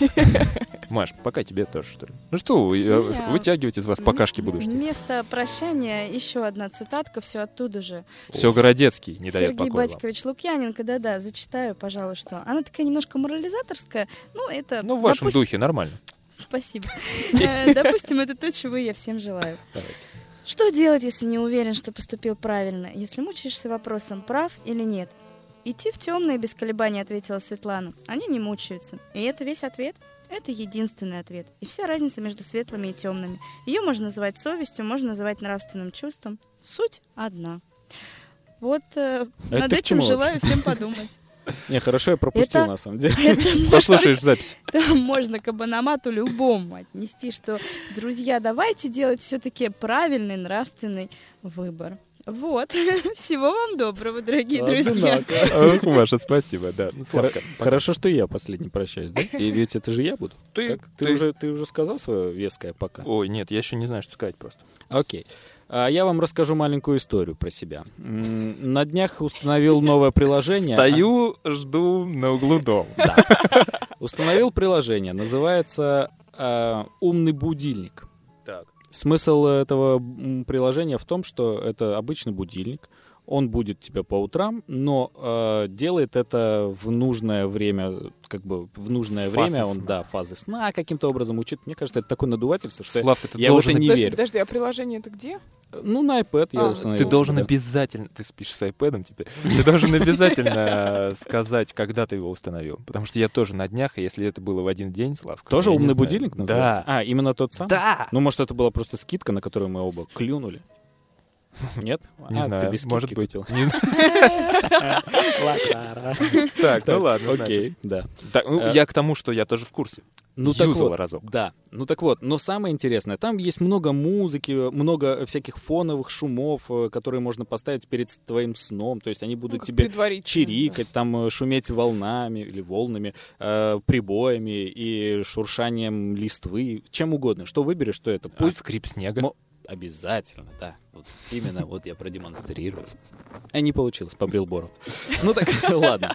Маш, пока тебе тоже, что ли? Ну что, вы, Я- вытягивать из вас покашки буду, что ли? Вместо прощания еще одна цитатка, все оттуда же. Все Городецкий не дает Сергей покоя вам. Батькович Лукьяненко, да-да, зачитаю, пожалуй, что. Она такая немножко морализаторская, ну, это... Ну, в вашем допустим- духе, нормально. Спасибо. Допустим, это то, чего я всем желаю. Давайте. Что делать, если не уверен, что поступил правильно? Если мучаешься вопросом, прав или нет? Идти в темное без колебаний, ответила Светлана. Они не мучаются. И это весь ответ? Это единственный ответ. И вся разница между светлыми и темными. Ее можно называть совестью, можно называть нравственным чувством. Суть одна. Вот над ты к этим чему желаю всем подумать. Не, хорошо, я пропустил, Это- на самом деле. Это Послушаешь запись. можно к абономату любому отнести, что, друзья, давайте делать все-таки правильный нравственный выбор. Вот. Всего вам доброго, дорогие друзья. Одинаково. Ох, Маша, спасибо, да. Ну, Славка, Хорошо, что я последний прощаюсь, да? И ведь это же я буду. Ты- Так? ты- Ты уже сказал свое веское пока? Ой, нет, я еще не знаю, что сказать просто. Окей. Я вам расскажу маленькую историю про себя. На днях установил новое приложение. Стою, жду на углу дома. Установил приложение. Называется «Умный будильник». Так. Смысл этого приложения в том, что это обычный будильник. Он будет тебя по утрам, но делает это в нужное время, как бы в нужное Фазы время. Он, сна. да, фазы сна каким-то образом учит. Мне кажется, это такое надувательство, что Славка, ты я в это должен... не Подожди, верю. подожди, а приложение это где? Ну, на iPad я А, установил. Ты должен да. обязательно... Ты спишь с iPad'ом теперь. Ты должен обязательно сказать, когда ты его установил. Потому что я тоже на днях, и если это было в один день, Славка... Тоже я не умный знаю. будильник называется? Да. Именно тот самый? Да! Ну, может, это была просто скидка, на которую мы оба клюнули? Нет? Не ты знаю, без скидки может быть. купил. Не знаю. Так, ну ладно, Окей, да. значит. Так, ну, я к тому, что я тоже в курсе. Ну, так Юзал вот, разок. да. Ну так вот, но самое интересное, там есть много музыки, много всяких фоновых шумов, которые можно поставить перед твоим сном. То есть они будут Ну, как тебе предварительно, чирикать, там шуметь волнами или волнами, прибоями и шуршанием листвы, чем угодно. Что выберешь, что это. А скрип снега? Обязательно, да. Вот именно вот я продемонстрирую. Не получилось, побрил бороду. Ну так, ладно.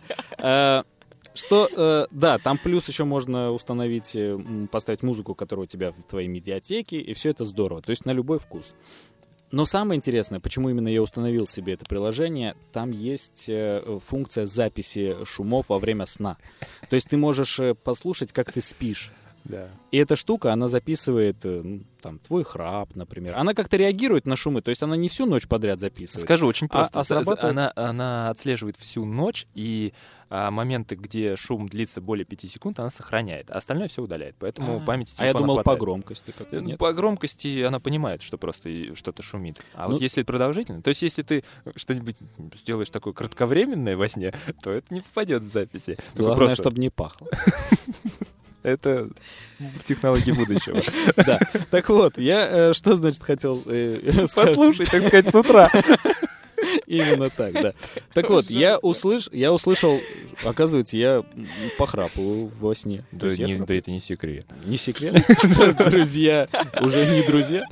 Да, там плюс еще можно установить, поставить музыку, которая у тебя в твоей медиатеке, и все это здорово. То есть на любой вкус. Но самое интересное, почему именно я установил себе это приложение, там есть функция записи шумов во время сна. То есть ты можешь послушать, как ты спишь. Да. И эта штука, она записывает там твой храп, например. Она как-то реагирует на шумы, то есть она не всю ночь подряд записывает. Скажу очень просто. Срабатывает... Она отслеживает всю ночь, и моменты, где шум длится более 5 секунд, она сохраняет. А остальное все удаляет. Поэтому памяти телефона я думал, хватает. по громкости как-то нет. По громкости она понимает, что просто что-то шумит. А вот если продолжительно, то есть если ты что-нибудь сделаешь такое кратковременное во сне, то это не попадет в записи. Главное, чтобы не пахло. Это технологии будущего. Да. Так вот, я что, значит, хотел послушать, так сказать, с утра. Именно так, да. Так вот, я услышал, оказывается, я похрапываю во сне. Да это не секрет. Не секрет, что друзья уже не друзья.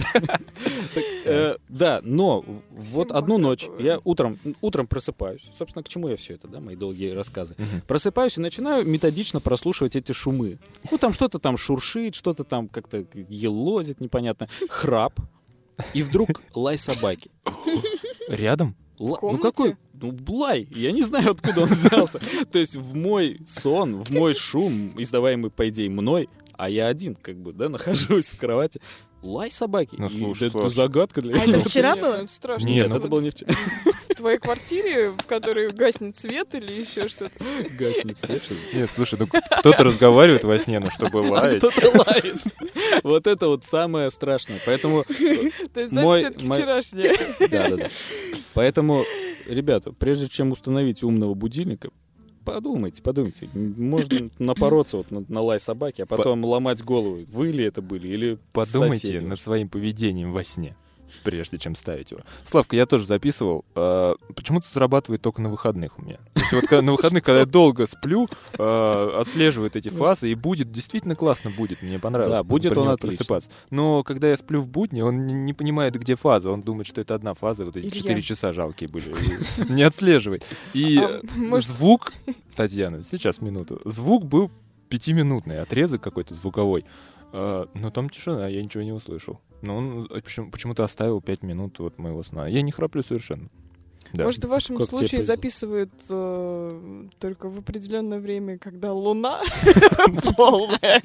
Да, но вот одну ночь я утром просыпаюсь. Собственно, к чему я все это, да, мои долгие рассказы. Просыпаюсь и начинаю методично прослушивать эти шумы. Ну, там что-то там шуршит, что-то там как-то елозит непонятно. Храп. И вдруг лай собаки. Рядом? Ну какой? Ну, лай. Я не знаю, откуда он взялся. То есть в мой сон, в мой шум, издаваемый, по идее, мной, а я один, как бы, да, нахожусь в кровати. Лай собаки. Ну, слушай, это загадка для меня. А это вчера было? Это страшно. Нет, это было не вчера. В твоей квартире, в которой гаснет свет или еще что-то? Гаснет свет, что ли? Нет, слушай, ну кто-то разговаривает во сне, ну чтобы лаять. Кто-то лает. Вот это вот самое страшное. Поэтому То есть запись все-таки вчерашняя. Да. Поэтому, ребята, прежде чем установить умного будильника, подумайте. Можно напороться вот на лай собаки, а потом ломать голову. Вы ли это были или подумайте соседи? над своим поведением во сне, прежде чем ставить его. Славка, я тоже записывал. Почему-то срабатывает только на выходных у меня. То есть вот на выходных, когда я долго сплю, отслеживает эти фазы, и будет, действительно классно будет. Мне понравилось. Да, будет он отлично. Просыпаться. Но когда я сплю в будни, он не понимает, где фаза. Он думает, что это одна фаза. Вот эти 4 часа жалкие были. Не отслеживает. И звук, Татьяна, сейчас минуту. Звук был 5-минутный, отрезок какой-то звуковой. Но там тишина, я ничего не услышал. Но он почему-то оставил 5 минут от моего сна. Я не храплю совершенно. Да. Может, в вашем Как случае записывают только в определенное время, когда луна полная.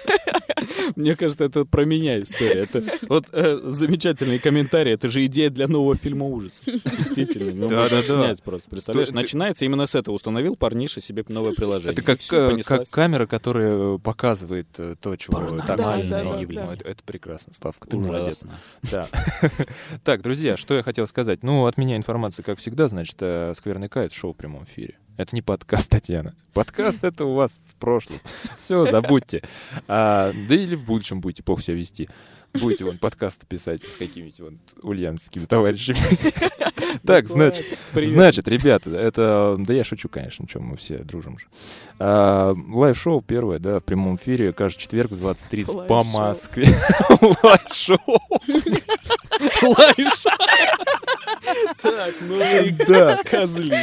Мне кажется, это про меня история. Это вот замечательный комментарий. Это же идея для нового фильма ужасов. Действительно. Да. Снять просто. Представляешь, начинается именно с этого. Установил парниша себе новое приложение. Это как камера, которая показывает то, чего Паранормальное там явление. Это прекрасно, Славка, ты молодец. Да. Так, друзья, что я хотел сказать. Ну, от меня информация, как всегда, значит, «Скверный кайт» шоу в прямом эфире. Это не подкаст, Татьяна. Подкаст — это у вас в прошлом. Все, забудьте. Да или в будущем будете плохо себя вести. Будете вон подкасты писать с какими-нибудь вот ульяновскими товарищами. Так, значит, ребята, это... Да я шучу, конечно, что мы все дружим же. Лайв-шоу первое, да, в прямом эфире, каждый четверг в 20:30 по Москве. Лайв-шоу. Лайша. Так, ну да, козли.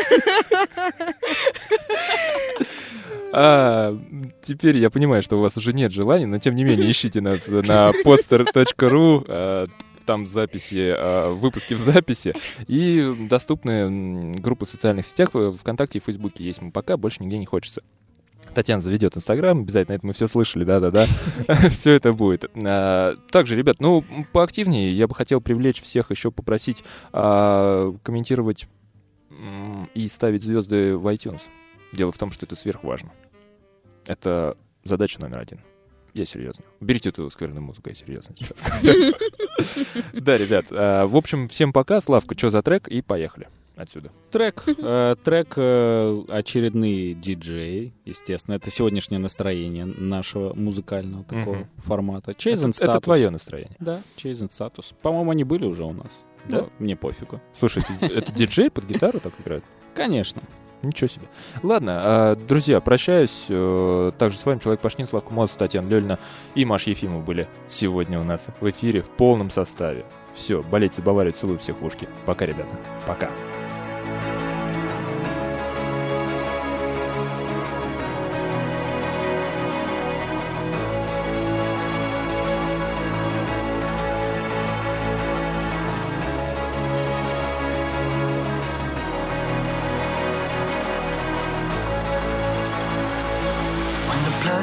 Теперь я понимаю, что у вас уже нет желания, но тем не менее ищите нас на podster.ru, там записи, выпуски в записи, и доступны группы в социальных сетях, ВКонтакте и Фейсбуке есть. Мы пока больше нигде не хочется. Татьяна заведет Инстаграм, обязательно, это мы все слышали, да-да-да, все это будет. Также, ребят, ну, поактивнее, я бы хотел привлечь всех, еще попросить комментировать и ставить звезды в iTunes. Дело в том, что это сверхважно. Это задача номер 1. Я серьезно. Берите эту скверную музыку, я серьезно сейчас. Да, ребят, в общем, всем пока. Славка, что за трек? И поехали отсюда. Трек очередные диджеи, естественно. Это сегодняшнее настроение нашего музыкального такого формата. Chase and Status. Это твое настроение. Да, Chase and Status. По-моему, они были уже у нас. Да? Мне пофигу. Слушай, это диджей под гитару так играет? Конечно. Ничего себе. Ладно, друзья, прощаюсь. Также с вами Человек-Пашнин, Славка Мозг, Татьяна Лёльна и Маша Ефимова были сегодня у нас в эфире в полном составе. Все, болейте за Баварию, целую всех в ушки. Пока, ребята. Пока.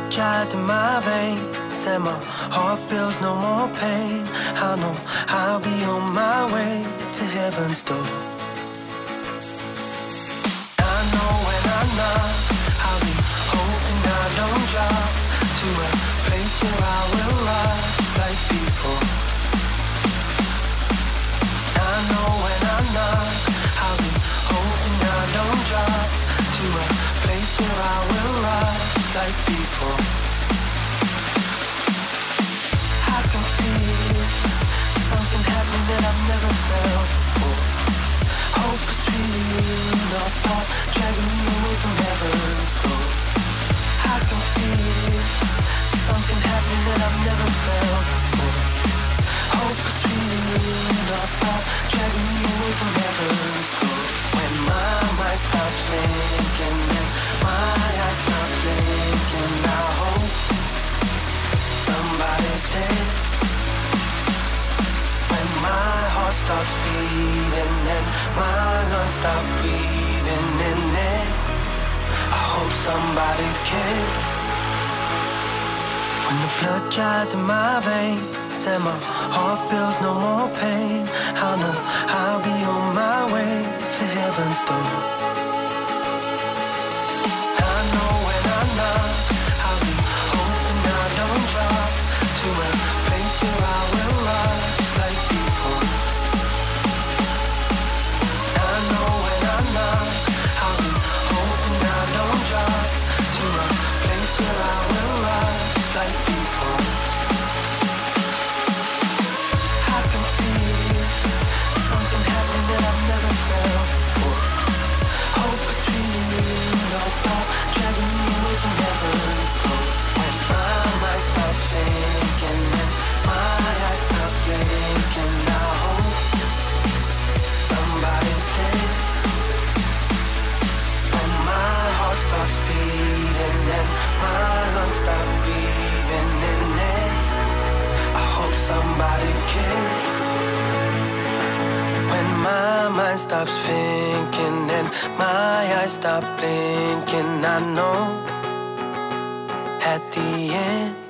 blood dries in my veins and my heart feels no more pain. I know I'll be on my way to heaven's door. I know when I knock, I'll be hoping I don't drop to a place where I will rise like before. I know when I knock, I'll be hoping I don't drop to a place where I will rise like before. I can feel something happening that I've never felt before. Hope is real, I'll stop dragging me away from heaven's door. I can feel something happening that I've never felt before. Hope is real, I'll stop dragging me away from heaven's door. When my mind stops thinking and my eyes stop blinking, I hope somebody's dead. When my heart stops beating and my lungs stop breathing in it, I hope somebody cares. When the blood dries in my veins and my heart feels no more pain, I know I'll be on my way to heaven's door. I know when I knock, I'll be hoping I don't drop to a place where I will rise like before. I know when I knock, I'll be hoping I don't drop to a place where I will rise like before. I can feel something happening that I've never felt before. Hope is real, I'll stop dragging me away from heaven's door. When my mind stops thinking and my eyes stop blinking, I hope somebody's dead. When my heart stops beating and my lungs stop breathing in it, I hope somebody cares. When my mind stops thinking and my eyes stop blinking, I know at the end